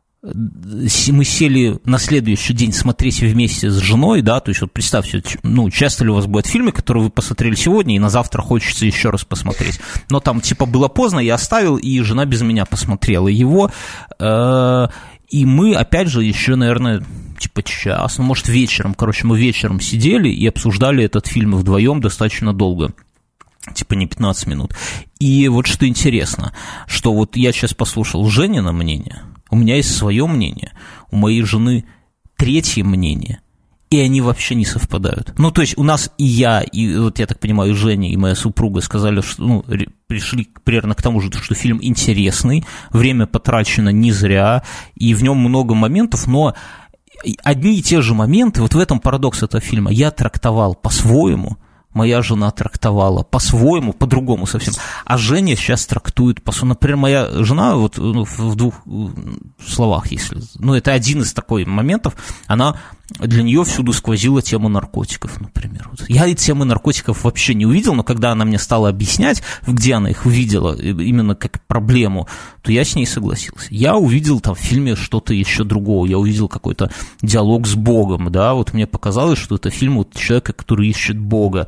мы сели на следующий день смотреть вместе с женой, да, то есть вот представьте, ну, часто ли у вас бывают фильмы, которые вы посмотрели сегодня, и на завтра хочется еще раз посмотреть, но там, типа, было поздно, я оставил, и жена без меня посмотрела его, э, и мы, опять же, еще, наверное, типа час, ну, может, вечером, короче, мы вечером сидели и обсуждали этот фильм вдвоем достаточно долго. Типа не пятнадцать минут. И вот что интересно, что вот я сейчас послушал Женина мнение, у меня есть свое мнение, у моей жены третье мнение, и они вообще не совпадают. Ну, то есть у нас и я, и вот я так понимаю, и Женя, и моя супруга сказали, что, ну, пришли примерно к тому же, что фильм интересный, время потрачено не зря, и в нем много моментов, но одни и те же моменты, вот в этом парадокс этого фильма, я трактовал по-своему, моя жена трактовала по-своему, по-другому совсем. А Женя сейчас трактует по-своему. Например, моя жена, вот ну, в двух словах, если... Ну, это один из таких моментов. Она... Для нее всюду сквозила тема наркотиков, например. Я и темы наркотиков вообще не увидел, но когда она мне стала объяснять, где она их увидела, именно как проблему, то я с ней согласился. Я увидел там в фильме что-то еще другого. Я увидел какой-то диалог с Богом, да, вот мне показалось, что это фильм вот человека, который ищет Бога.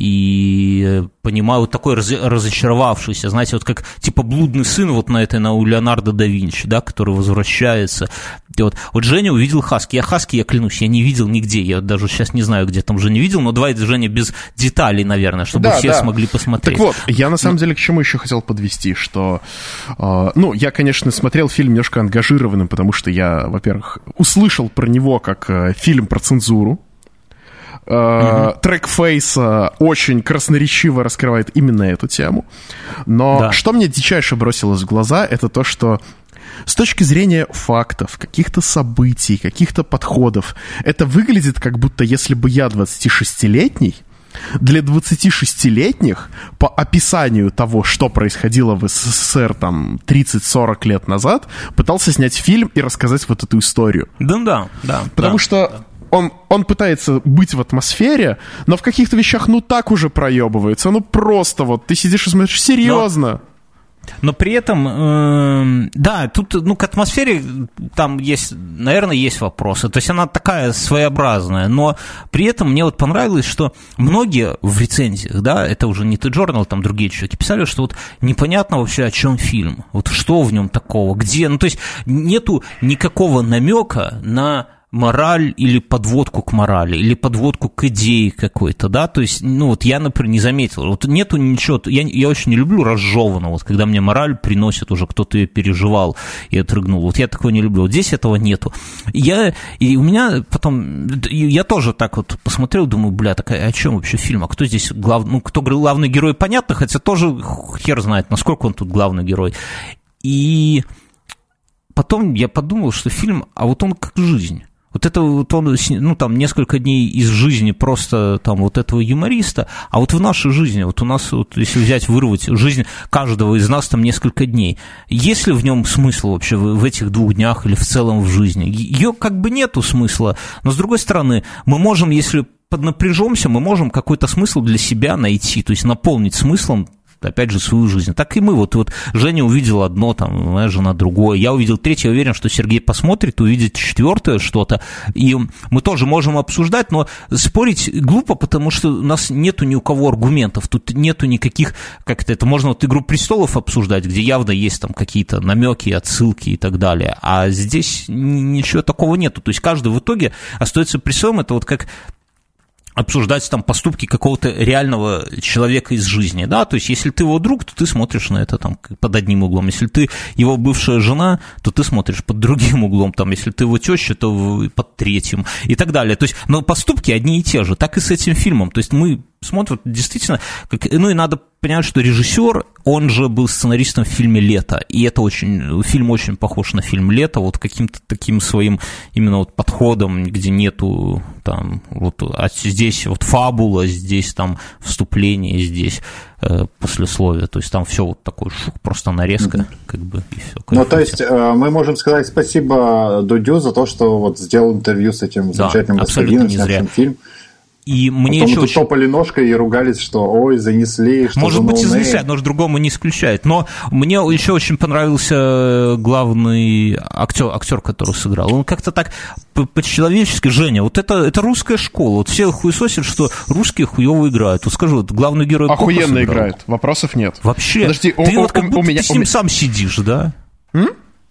И понимаю, вот такой разочаровавшийся, знаете, вот как типа блудный сын вот на этой, на у Леонардо да Винчи, да, который возвращается. И вот, вот Женя увидел Хаски. Я Хаски, я клянусь, я не видел нигде. Я даже сейчас не знаю, где там Женя видел, но давай, Женя, без деталей, наверное, чтобы да, все да. смогли посмотреть. Так вот, я на самом деле к чему еще хотел подвести, что, э, ну, я, конечно, смотрел фильм немножко ангажированным, потому что я, во-первых, услышал про него как э, фильм про цензуру. Uh-huh. Трек Фейса очень красноречиво раскрывает именно эту тему. Но да. что мне дичайше бросилось в глаза, это то, что с точки зрения фактов, каких-то событий, каких-то подходов, это выглядит как будто если бы я двадцатишестилетний, для двадцатишестилетних по описанию того, что происходило в СССР там тридцать-сорок лет назад, пытался снять фильм и рассказать вот эту историю. Да-да, да. Потому да, что... Да. Он, он пытается быть в атмосфере, но в каких-то вещах ну так уже проебывается. Ну просто вот ты сидишь и смотришь, серьезно. Но... Но при этом, э, да, тут, ну, к атмосфере там есть, наверное, есть вопросы. То есть она такая своеобразная, но при этом мне вот понравилось, что многие в рецензиях, да, это уже не T-Journal, там другие человеки писали, что вот непонятно вообще, о чем фильм, вот что в нем такого, где, ну, то есть нету никакого намека на... мораль или подводку к морали, или подводку к идее какой-то, да, то есть, ну, вот я, например, не заметил, вот нету ничего, я, я очень не люблю разжеванного, вот когда мне мораль приносит, уже кто-то ее переживал и отрыгнул, вот я такого не люблю, вот здесь этого нету. Я, и у меня потом, я тоже так вот посмотрел, думаю, бля, так о чем вообще фильм, а кто здесь главный, ну, кто главный герой, понятно, хотя тоже хер знает, насколько он тут главный герой, и потом я подумал, что фильм, а вот он как жизнь. Вот это вот он, ну, там, несколько дней из жизни просто там вот этого юмориста, а вот в нашей жизни, вот у нас, вот, если взять, вырвать жизнь каждого из нас там несколько дней, есть ли в нем смысл вообще в, в этих двух днях или в целом в жизни? Ее как бы нету смысла, но с другой стороны, мы можем, если поднапряжемся, мы можем какой-то смысл для себя найти, то есть наполнить смыслом, опять же, свою жизнь. Так и мы. Вот, вот Женя увидел одно, там, моя жена другое. Я увидел третье, я уверен, что Сергей посмотрит, увидит четвертое что-то. И мы тоже можем обсуждать, но спорить глупо, потому что у нас нету ни у кого аргументов. Тут нету никаких, как это, это можно вот «Игру престолов» обсуждать, где явно есть там какие-то намеки, отсылки и так далее. А здесь ничего такого нету. То есть каждый в итоге остается при своем. Это вот как... обсуждать там поступки какого-то реального человека из жизни, да, то есть если ты его друг, то ты смотришь на это там под одним углом, если ты его бывшая жена, то ты смотришь под другим углом, там, если ты его теща, то под третьим и так далее, то есть, но поступки одни и те же, так и с этим фильмом, то есть мы смотрим действительно, как, ну и надо понимать, что режиссер, он же был сценаристом в фильме «Лето», и это очень, фильм очень похож на фильм «Лето», вот каким-то таким своим именно вот подходом, где нету там, вот, а здесь вот фабула, здесь там вступление, здесь э, послесловие, то есть там все вот такой шух, просто нарезка, mm-hmm. как бы, и все. Ну, то есть э, мы можем сказать спасибо Дудю за то, что вот сделал интервью с этим замечательным да, господином, снявшим фильм. И мне Потом еще тут очень... топали ножкой и ругались, что ой, занесли, что может быть, изначально, но другому не исключает. Но мне еще очень понравился главный актер, актер, который сыграл. Он как-то так по-человечески, Женя, вот это, это русская школа. Вот все хуесосят, что русские хуево играют. Вот скажи, вот главный герой охуенно играет, вопросов нет. Вообще, подожди, ты у, вот как у, будто у меня, ты с ним меня... сам сидишь, да? М?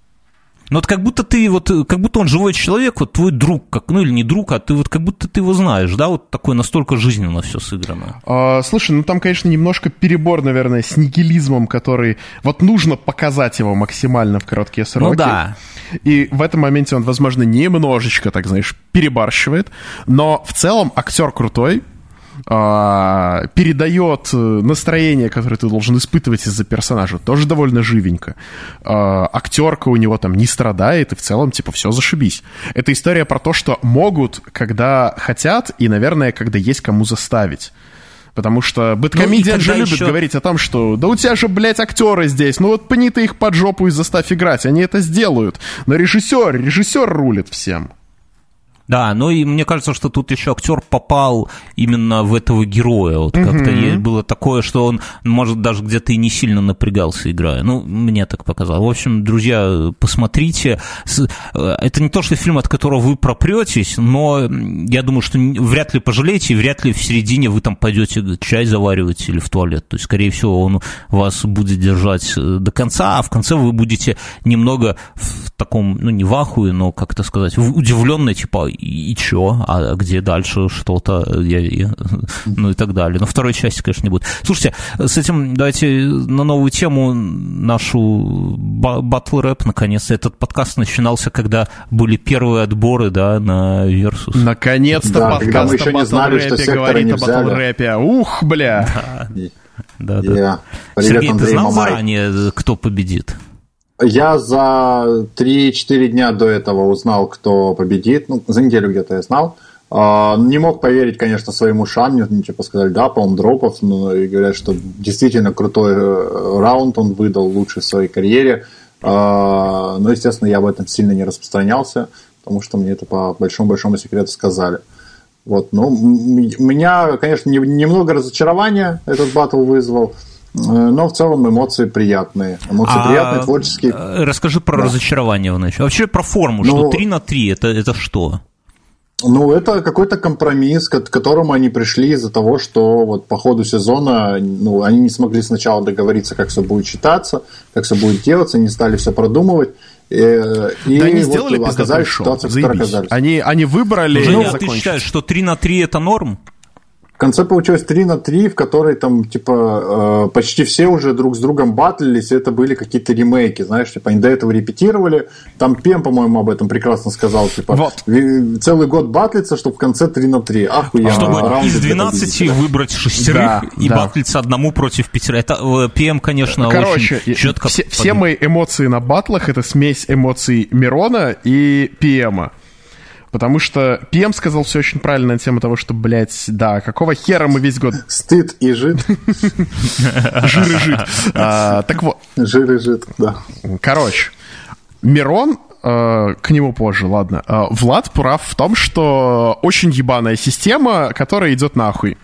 Ну, вот как будто ты, вот, как будто он живой человек, вот твой друг, как, ну, или не друг, а ты вот как будто ты его знаешь, да, вот такое настолько жизненно все сыграно. А, слушай, ну, там, конечно, немножко перебор, наверное, с нигилизмом, который, вот нужно показать его максимально в короткие сроки. Ну, да. И в этом моменте он, возможно, немножечко, так, знаешь, перебарщивает, но в целом актер крутой, Uh, передает настроение, которое ты должен испытывать из-за персонажа, тоже довольно живенько. Uh, актерка у него там не страдает, и в целом, типа, все зашибись. Это история про то, что могут, когда хотят, и, наверное, когда есть кому заставить. Потому что Бэдкомедиан ну, же любит еще... говорить о том, что да у тебя же, блядь, актеры здесь, ну вот пни ты их под жопу и заставь играть, они это сделают. Но режиссер, режиссер рулит всем. Да, ну и мне кажется, что тут еще актер попал именно в этого героя. Вот mm-hmm. как-то было такое, что он, может, даже где-то и не сильно напрягался, играя. Ну, мне так показалось. В общем, друзья, посмотрите. Это не то, что фильм, от которого вы пропретесь, но я думаю, что вряд ли пожалеете, и вряд ли в середине вы там пойдете чай заваривать или в туалет. То есть, скорее всего, он вас будет держать до конца, а в конце вы будете немного в таком, ну, не в ахуе, но, как это сказать, удивленный, типа, и, и чё, а где дальше что-то, я, я, ну и так далее. Но второй части, конечно, не будет. Слушайте, с этим давайте на новую тему нашу батл рэп, наконец-то. Этот подкаст начинался, когда были первые отборы, да, на Versus. Наконец-то да, подкаст о батл-рэпе говорит о батл-рэпе. Ух, бля! Да, да. да. Yeah. Сергей, Андрей, ты знал Мамай. Заранее, кто победит? Я за три-четыре дня до этого узнал, кто победит. Ну, за неделю где-то я знал. Не мог поверить, конечно, своим ушам. Мне типа сказали, да, по-моему, Дропов. Ну, и говорят, что действительно крутой раунд он выдал, лучший в своей карьере. Но, естественно, я об этом сильно не распространялся, потому что мне это по большому-большому секрету сказали. Вот, ну, меня, конечно, немного разочарования этот баттл вызвал. Но в целом эмоции приятные. Эмоции а приятные, творческие. Расскажи про да. разочарование вначале. Вообще про форму, ну, что три на три это, это что? Ну, это какой-то компромисс, к которому они пришли из-за того, что вот по ходу сезона ну, они не смогли сначала договориться, как все будет считаться, как все будет делаться, не стали все продумывать. И, да и они вот сделали пиздатый шоу, заебись. Они, они выбрали... Женя, а ты считаешь, что три на три это норм? В конце получилось три на три, в которой там, типа, э, почти все уже друг с другом батлились, и это были какие-то ремейки, знаешь, типа, они до этого репетировали, там Пем, по-моему, об этом прекрасно сказал, типа, вот. целый год батлиться, чтобы в конце три на три, охуенно. Чтобы из двенадцати выбрать шестерых да, и да. батлиться одному против пятерых. Это Пем, конечно, Короче, очень четко... Все, все мои эмоции на батлах — это смесь эмоций Мирона и Пема. Потому что Пи Эм сказал все очень правильно на тему того, что, блядь, да, какого хера мы весь год... Стыд и жид. Жир и жид. Так вот. Жир и жид, да. Короче, Мирон, к нему позже, ладно. Влад прав в том, что очень ебаная система, которая идет нахуй.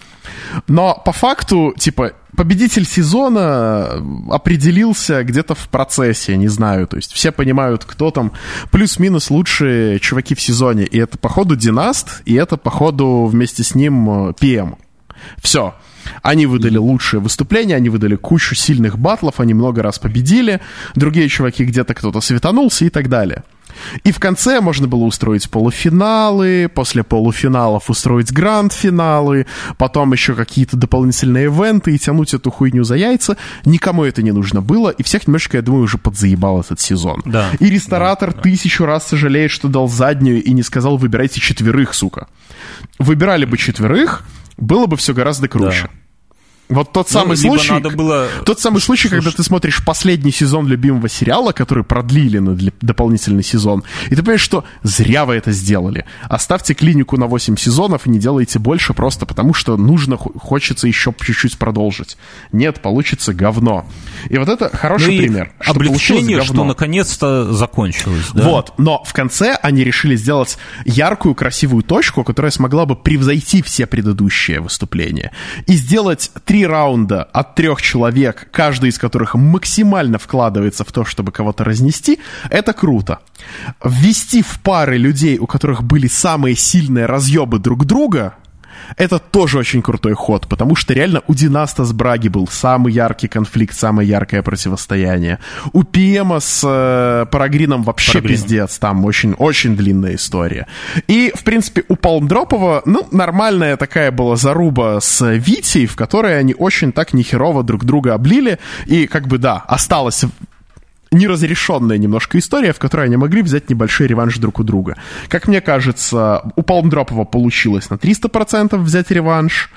Но по факту, типа, победитель сезона определился где-то в процессе, не знаю, то есть все понимают, кто там плюс-минус лучшие чуваки в сезоне, и это, походу, Династ, и это, походу, вместе с ним Пи Эм. Все. Они выдали лучшее выступление, они выдали кучу сильных батлов, они много раз победили, другие чуваки где-то кто-то светанулся и так далее. И в конце можно было устроить полуфиналы, после полуфиналов устроить гранд-финалы, потом еще какие-то дополнительные ивенты и тянуть эту хуйню за яйца. Никому это не нужно было, и всех немножечко, я думаю, уже подзаебал этот сезон. Да, и ресторатор да, тысячу да. раз сожалеет, что дал заднюю и не сказал «выбирайте четверых, сука». Выбирали бы четверых, было бы все гораздо круче. Да. Вот тот самый ну, случай, надо было... тот самый случай, Слушай. когда ты смотришь последний сезон любимого сериала, который продлили на дополнительный сезон, и ты понимаешь, что зря вы это сделали. Оставьте клинику на восемь сезонов и не делайте больше просто потому, что нужно, хочется еще чуть-чуть продолжить. Нет, получится говно. И вот это хороший ну пример. Что облегчение, что наконец-то закончилось. Да? Вот, но в конце они решили сделать яркую, красивую точку, которая смогла бы превзойти все предыдущие выступления. И сделать три раунда от трех человек, каждый из которых максимально вкладывается в то, чтобы кого-то разнести, это круто. Ввести в пары людей, у которых были самые сильные разъебы друг друга, это тоже очень крутой ход, потому что реально у Династа с Браги был самый яркий конфликт, самое яркое противостояние. У Пи Эма с э, Парагрином вообще Парагрин. пиздец, там очень, очень длинная история. И, в принципе, у Палмдропова, ну, нормальная такая была заруба с Витей, в которой они очень так нехерово друг друга облили, и, как бы, да, осталось... неразрешенная немножко история, в которой они могли взять небольшой реванш друг у друга. Как мне кажется, у Палмдропова получилось на триста процентов взять реванш,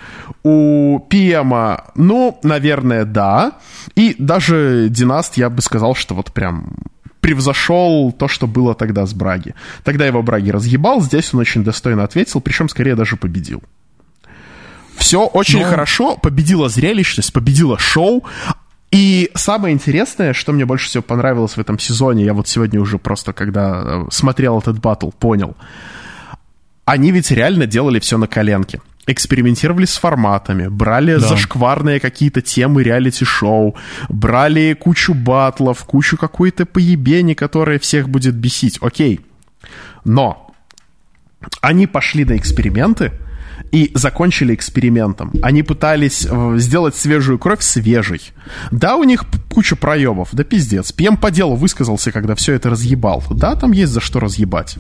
у Пи Эма, ну, наверное, да, и даже Династ, я бы сказал, что вот прям превзошел то, что было тогда с Браги. Тогда его Браги разъебал, здесь он очень достойно ответил, причем скорее даже победил. Все очень Но... хорошо, победила зрелищность, победила шоу. И самое интересное, что мне больше всего понравилось в этом сезоне, я вот сегодня уже просто, когда смотрел этот баттл, понял. Они ведь реально делали все на коленке. Экспериментировали с форматами, брали да. зашкварные какие-то темы реалити-шоу, брали кучу баттлов, кучу какой-то поебени, которая всех будет бесить. Окей. Но они пошли на эксперименты и закончили экспериментом. Они пытались сделать свежую кровь свежей. Да, у них куча проебов, да пиздец. Пьем по делу высказался, когда все это разъебал. Да, там есть за что разъебать.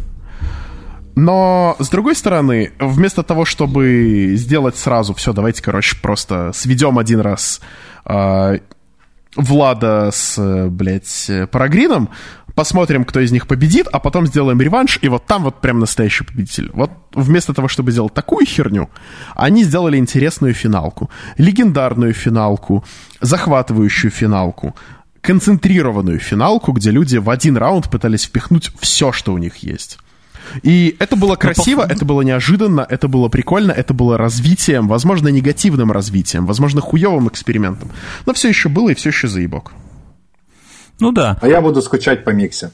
Но, с другой стороны, вместо того, чтобы сделать сразу все, давайте, короче, просто сведем один раз э, Влада с, блядь, Парагрином, посмотрим, кто из них победит, а потом сделаем реванш, и вот там вот прям настоящий победитель. Вот вместо того, чтобы сделать такую херню, они сделали интересную финалку, легендарную финалку, захватывающую финалку, концентрированную финалку, где люди в один раунд пытались впихнуть все, что у них есть. И это было красиво, это было неожиданно, это было прикольно, это было развитием, возможно, негативным развитием, возможно, хуевым экспериментом. Но все еще было и все еще заебок. Ну да. А я буду скучать по Миксе.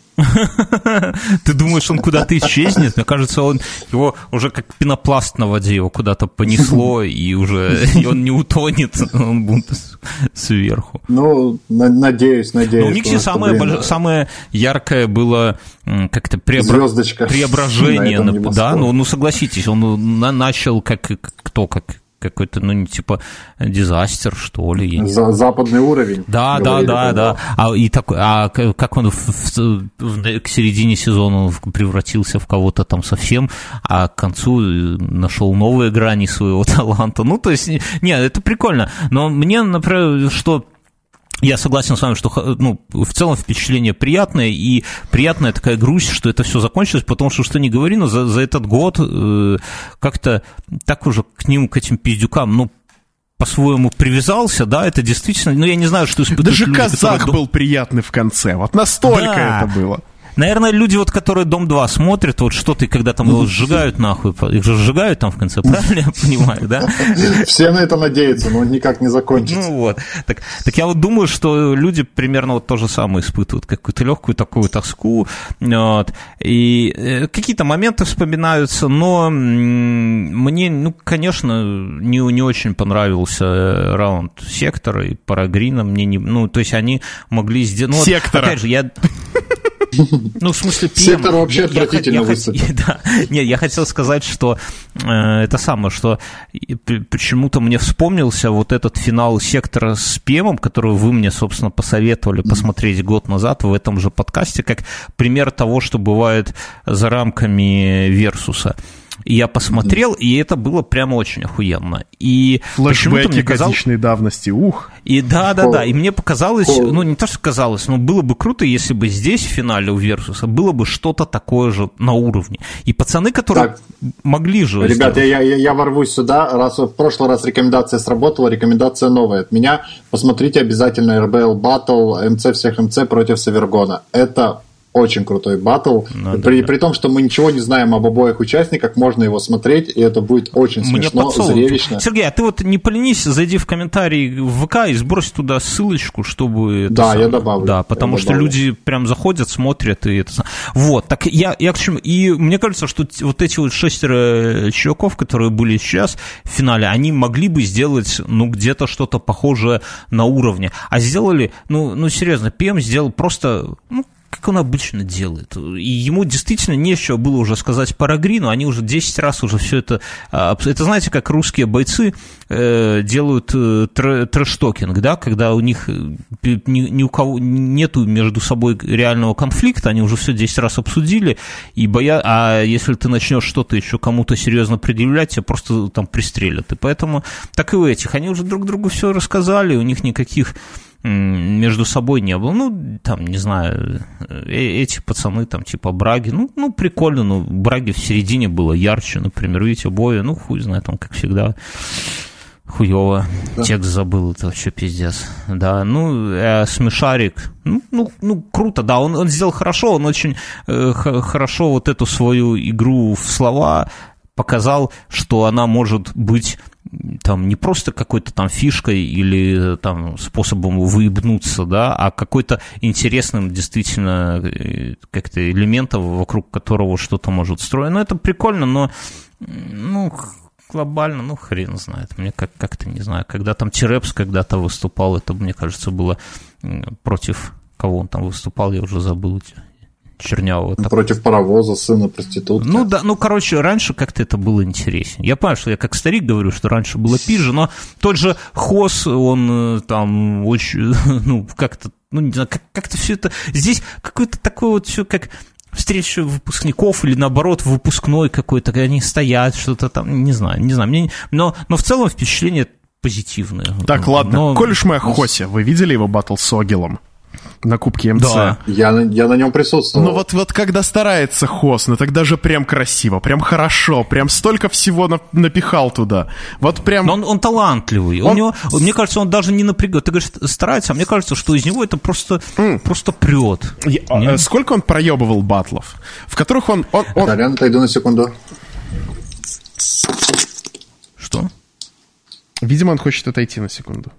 Ты думаешь, он куда-то исчезнет? Мне кажется, он его уже как пенопласт на воде, его куда-то понесло, и уже и он не утонет, он будет сверху. Ну, надеюсь, надеюсь. Но у Микси самое, больш... самое яркое было как-то преобра... преображение. На... Да, ну, ну согласитесь, он начал как кто, как какой-то, ну, типа, дизастер, что ли. За, западный уровень. Да, да, да, да. А, и так, а как он в, в, в, к середине сезона превратился в кого-то там совсем, а к концу нашел новые грани своего таланта. Ну, то есть, нет, это прикольно. Но мне, например, что... Я согласен с вами, что, ну, в целом впечатление приятное, и приятная такая грусть, что это все закончилось, потому что, что ни говори, но за, за этот год э, как-то так уже к ним, к этим пиздюкам, ну, по-своему привязался, да, это действительно, ну, я не знаю, что испытывают даже люди, казах которые... был приятный в конце, вот настолько да. это было. Наверное, люди, вот, которые «Дом-два» смотрят, вот что-то, когда там его сжигают нахуй, их же сжигают там в конце, правильно я понимаю, да? Все на это надеются, но никак не закончится. Ну вот, так, так я вот думаю, что люди примерно вот то же самое испытывают, какую-то легкую такую тоску, вот, и какие-то моменты вспоминаются, но мне, ну, конечно, не, не очень понравился раунд Сектора и Парагрина, мне не, ну, то есть они могли сделать... Ну, Сектора! Вот, опять же, я... Ну, в смысле, пи эм... Сектор вообще отвратительно высыпал. Да. Нет, я хотел сказать, что э, это самое, что почему-то мне вспомнился вот этот финал Сектора с пи эм, который вы мне, собственно, посоветовали посмотреть год назад в этом же подкасте, как пример того, что бывает за рамками Версуса. И я посмотрел, и это было прямо очень охуенно. И флешбеки годичной давности, ух. И да-да-да, и мне показалось, ну не то, что казалось, но было бы круто, если бы здесь в финале у Версуса было бы что-то такое же на уровне. И пацаны, которые так, могли же... Ребят, я, я, я ворвусь сюда, раз в прошлый раз рекомендация сработала, рекомендация новая от меня. Посмотрите обязательно эр би эл Battle, эм си всех эм си против Савергона. Это... очень крутой баттл. Ну, при, да, при том, что мы ничего не знаем об обоих участниках, можно его смотреть, и это будет очень смешно, зрелищно. Сергей, а ты вот не поленись, зайди в комментарий в ВК и сбрось туда ссылочку, чтобы... Да, я добавлю. Да, потому я что добавлю. Люди прям заходят, смотрят, и это... Вот, так я, я к чему... И мне кажется, что вот эти вот шестеро чуваков, которые были сейчас в финале, они могли бы сделать, ну, где-то что-то похожее на уровне. А сделали, ну, ну серьезно, пи эм сделал просто... Ну, как он обычно делает. И ему действительно нечего было уже сказать Парагрину, они уже десять раз уже все это... Это, знаете, как русские бойцы делают трэш-токинг, да, когда у них ни, ни у кого нету между собой реального конфликта, они уже все десять раз обсудили, и боя... а если ты начнешь что-то еще кому-то серьезно предъявлять, тебя просто там пристрелят. И поэтому так и у этих. Они уже друг другу все рассказали, у них никаких... между собой не было, ну, там, не знаю, эти пацаны, там, типа Браги, ну, ну, прикольно, ну, Браги в середине было ярче, например, видите, Боя, ну, хуй знает, он, как всегда, хуёво, да. Текст забыл, это вообще пиздец, да, ну, э, Смешарик, ну, ну, ну, круто, да, он, он сделал хорошо, он очень э, х- хорошо вот эту свою игру в слова показал, что она может быть там не просто какой-то там фишкой или там способом выебнуться, да, а какой-то интересным действительно как-то элементом, вокруг которого что-то может строить. Ну, это прикольно, но, ну, глобально, ну, хрен знает. Мне как- как-то, не знаю, когда там T-Reps когда-то выступал, это, мне кажется, было против кого он там выступал, я уже забыл. Чернявого. Против паровоза, сына проститутки. Ну да, ну короче, раньше как-то это было интереснее. Я понимаю, что я как старик говорю, что раньше было пизже, но тот же Хос, он там очень, ну как-то, ну не знаю, как- как-то все это, здесь какое-то такое вот все как встреча выпускников или наоборот выпускной какой-то, когда они стоят, что-то там, не знаю, не знаю, мне, но, но в целом впечатление позитивное. Так, ладно, но... коль уж мы о Хосе, вы видели его баттл с Огилом? На Кубке МЦ. Да. Я, я на нем присутствовал. Ну вот, вот когда старается Хос, ну тогда же прям красиво, прям хорошо, прям столько всего на, напихал туда. Вот прям... Но он, он талантливый. Он... У него, мне кажется, он даже не напрягает. Ты говоришь, старается, а мне кажется, что из него это просто, mm. просто прет. Я, сколько он проебывал баттлов, в которых он... он, он... Толян, отойду на секунду. Что? Видимо, он хочет отойти на секунду.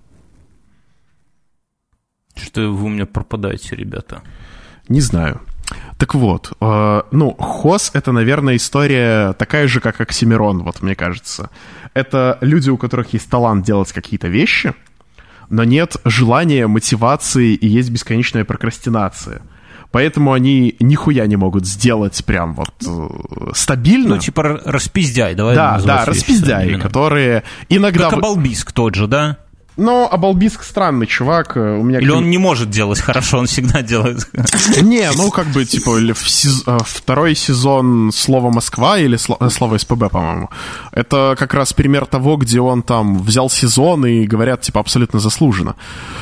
Что вы у меня пропадаете, ребята? Не знаю. Так вот, э, ну, Хос — это, наверное, история такая же, как Оксимирон, вот мне кажется. Это люди, у которых есть талант делать какие-то вещи, но нет желания, мотивации и есть бесконечная прокрастинация. Поэтому они нихуя не могут сделать прям вот э, стабильно. Ну, типа распиздяй, давай. Да, да, распиздяи, которые иногда... Как Абалбиск тот же, да? Ну, Абалбиск странный чувак. У меня Или он не может делать хорошо, он всегда делает. Не, ну как бы, типа, в сез... второй сезон «Слово Москва» или «Слово СПБ», по-моему, это как раз пример того, где он там взял сезон и, говорят, типа, абсолютно заслуженно.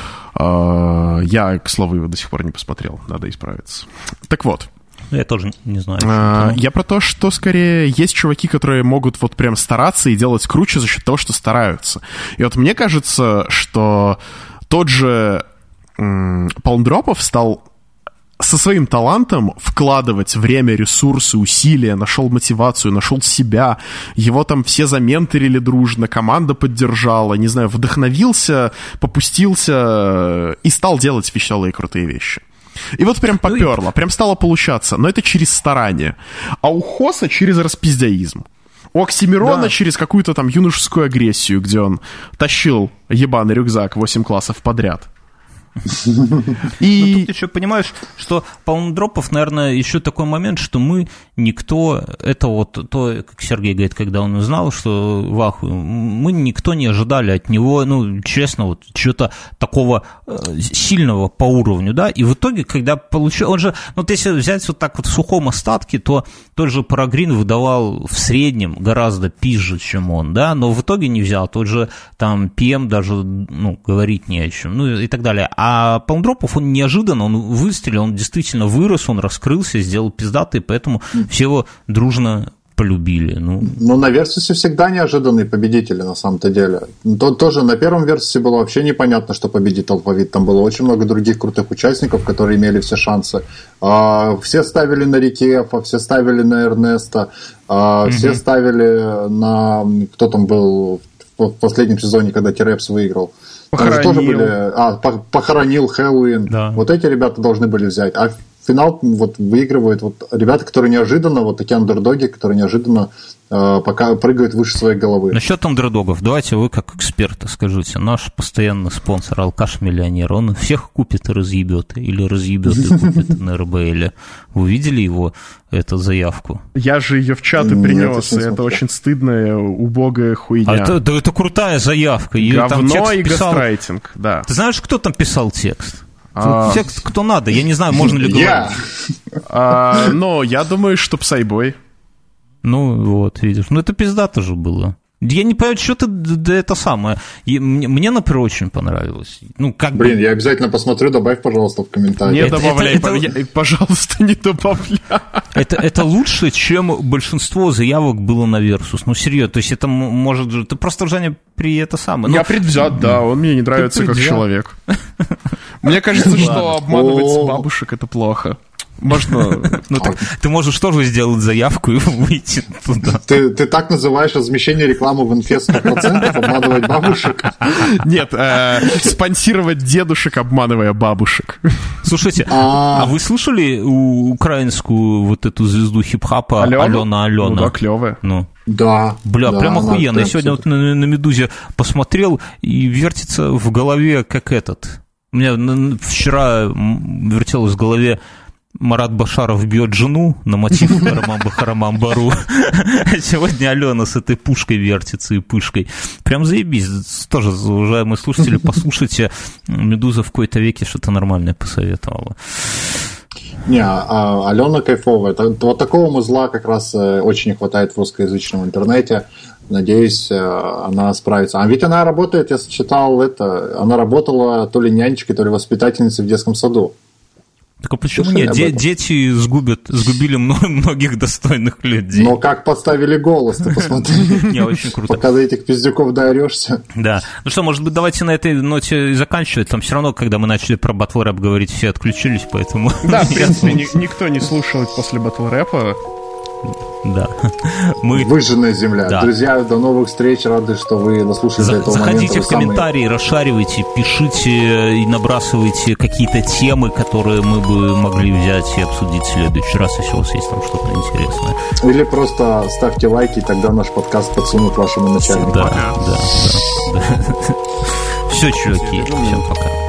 Я, к слову, его до сих пор не посмотрел, надо исправиться. Так вот. Я тоже не знаю. А, я про то, что скорее есть чуваки, которые могут вот прям стараться и делать круче за счет того, что стараются. И вот мне кажется, что тот же м- Палмдропов стал со своим талантом вкладывать время, ресурсы, усилия, нашел мотивацию, нашел себя, его там все заменторили дружно, команда поддержала, не знаю, вдохновился, попустился и стал делать веселые и крутые вещи. И вот прям поперло, прям стало получаться, но это через старание. А у Хоса через распиздяизм. У Оксимирона да. через какую-то там юношескую агрессию, где он тащил ебаный рюкзак восемь классов подряд. И... Но тут еще понимаешь, что Палмдропов, наверное, еще такой момент, что мы никто, это вот то, как Сергей говорит, когда он узнал, что Ваху, мы никто не ожидали от него, ну, честно, вот чего-то такого сильного по уровню, да, и в итоге, когда получил, он же, ну, вот если взять вот так вот в сухом остатке, то тот же Парагрин выдавал в среднем гораздо пизже, чем он, да, но в итоге не взял, тот же там пи эм даже, ну, говорить не о чем, ну, и так далее. А Палмдропов, он неожиданно, он выстрелил, он действительно вырос, он раскрылся, сделал пиздатый, поэтому все его дружно полюбили. Ну, ну на Версусе всегда неожиданные победители, на самом-то деле. То, тоже на первом Версусе было вообще непонятно, что победит Алфавит. Там было очень много других крутых участников, которые имели все шансы. А, все ставили на Рикефа, все ставили на Эрнеста, а, mm-hmm. все ставили на... Кто там был в последнем сезоне, когда T-Reps выиграл? Похоронил. Тоже были, а, похоронил Хэллоуин. Да. Вот эти ребята должны были взять. А финал вот выигрывают вот ребята, которые неожиданно, вот такие андердоги, которые неожиданно э, пока прыгают выше своей головы. Насчет андердогов, давайте вы как эксперты скажите. Наш постоянный спонсор Алкаш-миллионер, он всех купит и разъебет, или разъебет и купит на эр бэ эл. Вы видели его, эту заявку? Я же ее в чаты принес, и это очень стыдная, убогая хуйня. А это, да, это крутая заявка. Говно там и писал... гастрайтинг, да. Ты знаешь, кто там писал текст? А... Текст кто надо, я не знаю, можно ли говорить. Я. А, но я думаю, что Псайбой. Ну, вот, видишь. Ну, это пизда тоже было. Я не понимаю, что ты, да это самое. И мне, мне, например, очень понравилось. Ну, как Блин, бы... я обязательно посмотрю, добавь, пожалуйста, в комментариях. Не это, добавляй, это, это... Я, пожалуйста, не добавляй. Это, это лучше, чем большинство заявок было на Версус. Ну, серьезно, то есть это может... Ты просто уже при это самое. Я предвзят, да, он мне не нравится как человек. Мне кажется, что обманывать бабушек — это плохо. Можно... Ну, так, ты можешь тоже сделать заявку и выйти туда. Ты, ты так называешь размещение рекламы в инфе сто процентов, обманывать бабушек? Нет, э, спонсировать дедушек, обманывая бабушек. Слушайте, а, а вы слышали украинскую вот эту звезду хип-хапа Алена Алена? Ну да, клевая. Ну. Да. Бля, да, прям охуенно. Я прям сегодня вот на, на «Медузе» посмотрел и вертится в голове как этот. У меня вчера вертелось в голове Марат Башаров бьет жену на мотив Харамам-Бахарамам-Бару. А сегодня Алена с этой пушкой вертится и пышкой. Прям заебись. Тоже, уважаемые слушатели, послушайте. «Медуза» в какой-то веке что-то нормальное посоветовала. Не, а Алена кайфовая. Вот такого музла как раз очень не хватает в русскоязычном интернете. Надеюсь, она справится. А ведь она работает, я читал это, она работала то ли нянечкой, то ли воспитательницей в детском саду. Так а почему Слушай, нет? Де- дети сгубят, сгубили многих достойных людей. Но как подставили голос, ты посмотри. Не, очень круто. Пока до этих пиздюков доорешься. Да. Ну что, может быть, давайте на этой ноте заканчивать. Там все равно, когда мы начали про батл-рэп говорить, все отключились, поэтому... Да, в принципе, никто не слушал после батл-рэпа. Да. Мы... Выжженная земля. Да. Друзья, до новых встреч. Рады, что вы дослушали За- до этого заходите момента. в комментарии, самые... расшаривайте, пишите и набрасывайте какие-то темы, которые мы бы могли взять и обсудить в следующий раз, если у вас есть там что-то интересное. Или просто ставьте лайки, и тогда наш подкаст подсунут вашему начальнику. Да, да, да. Все, чуваки. Всем пока.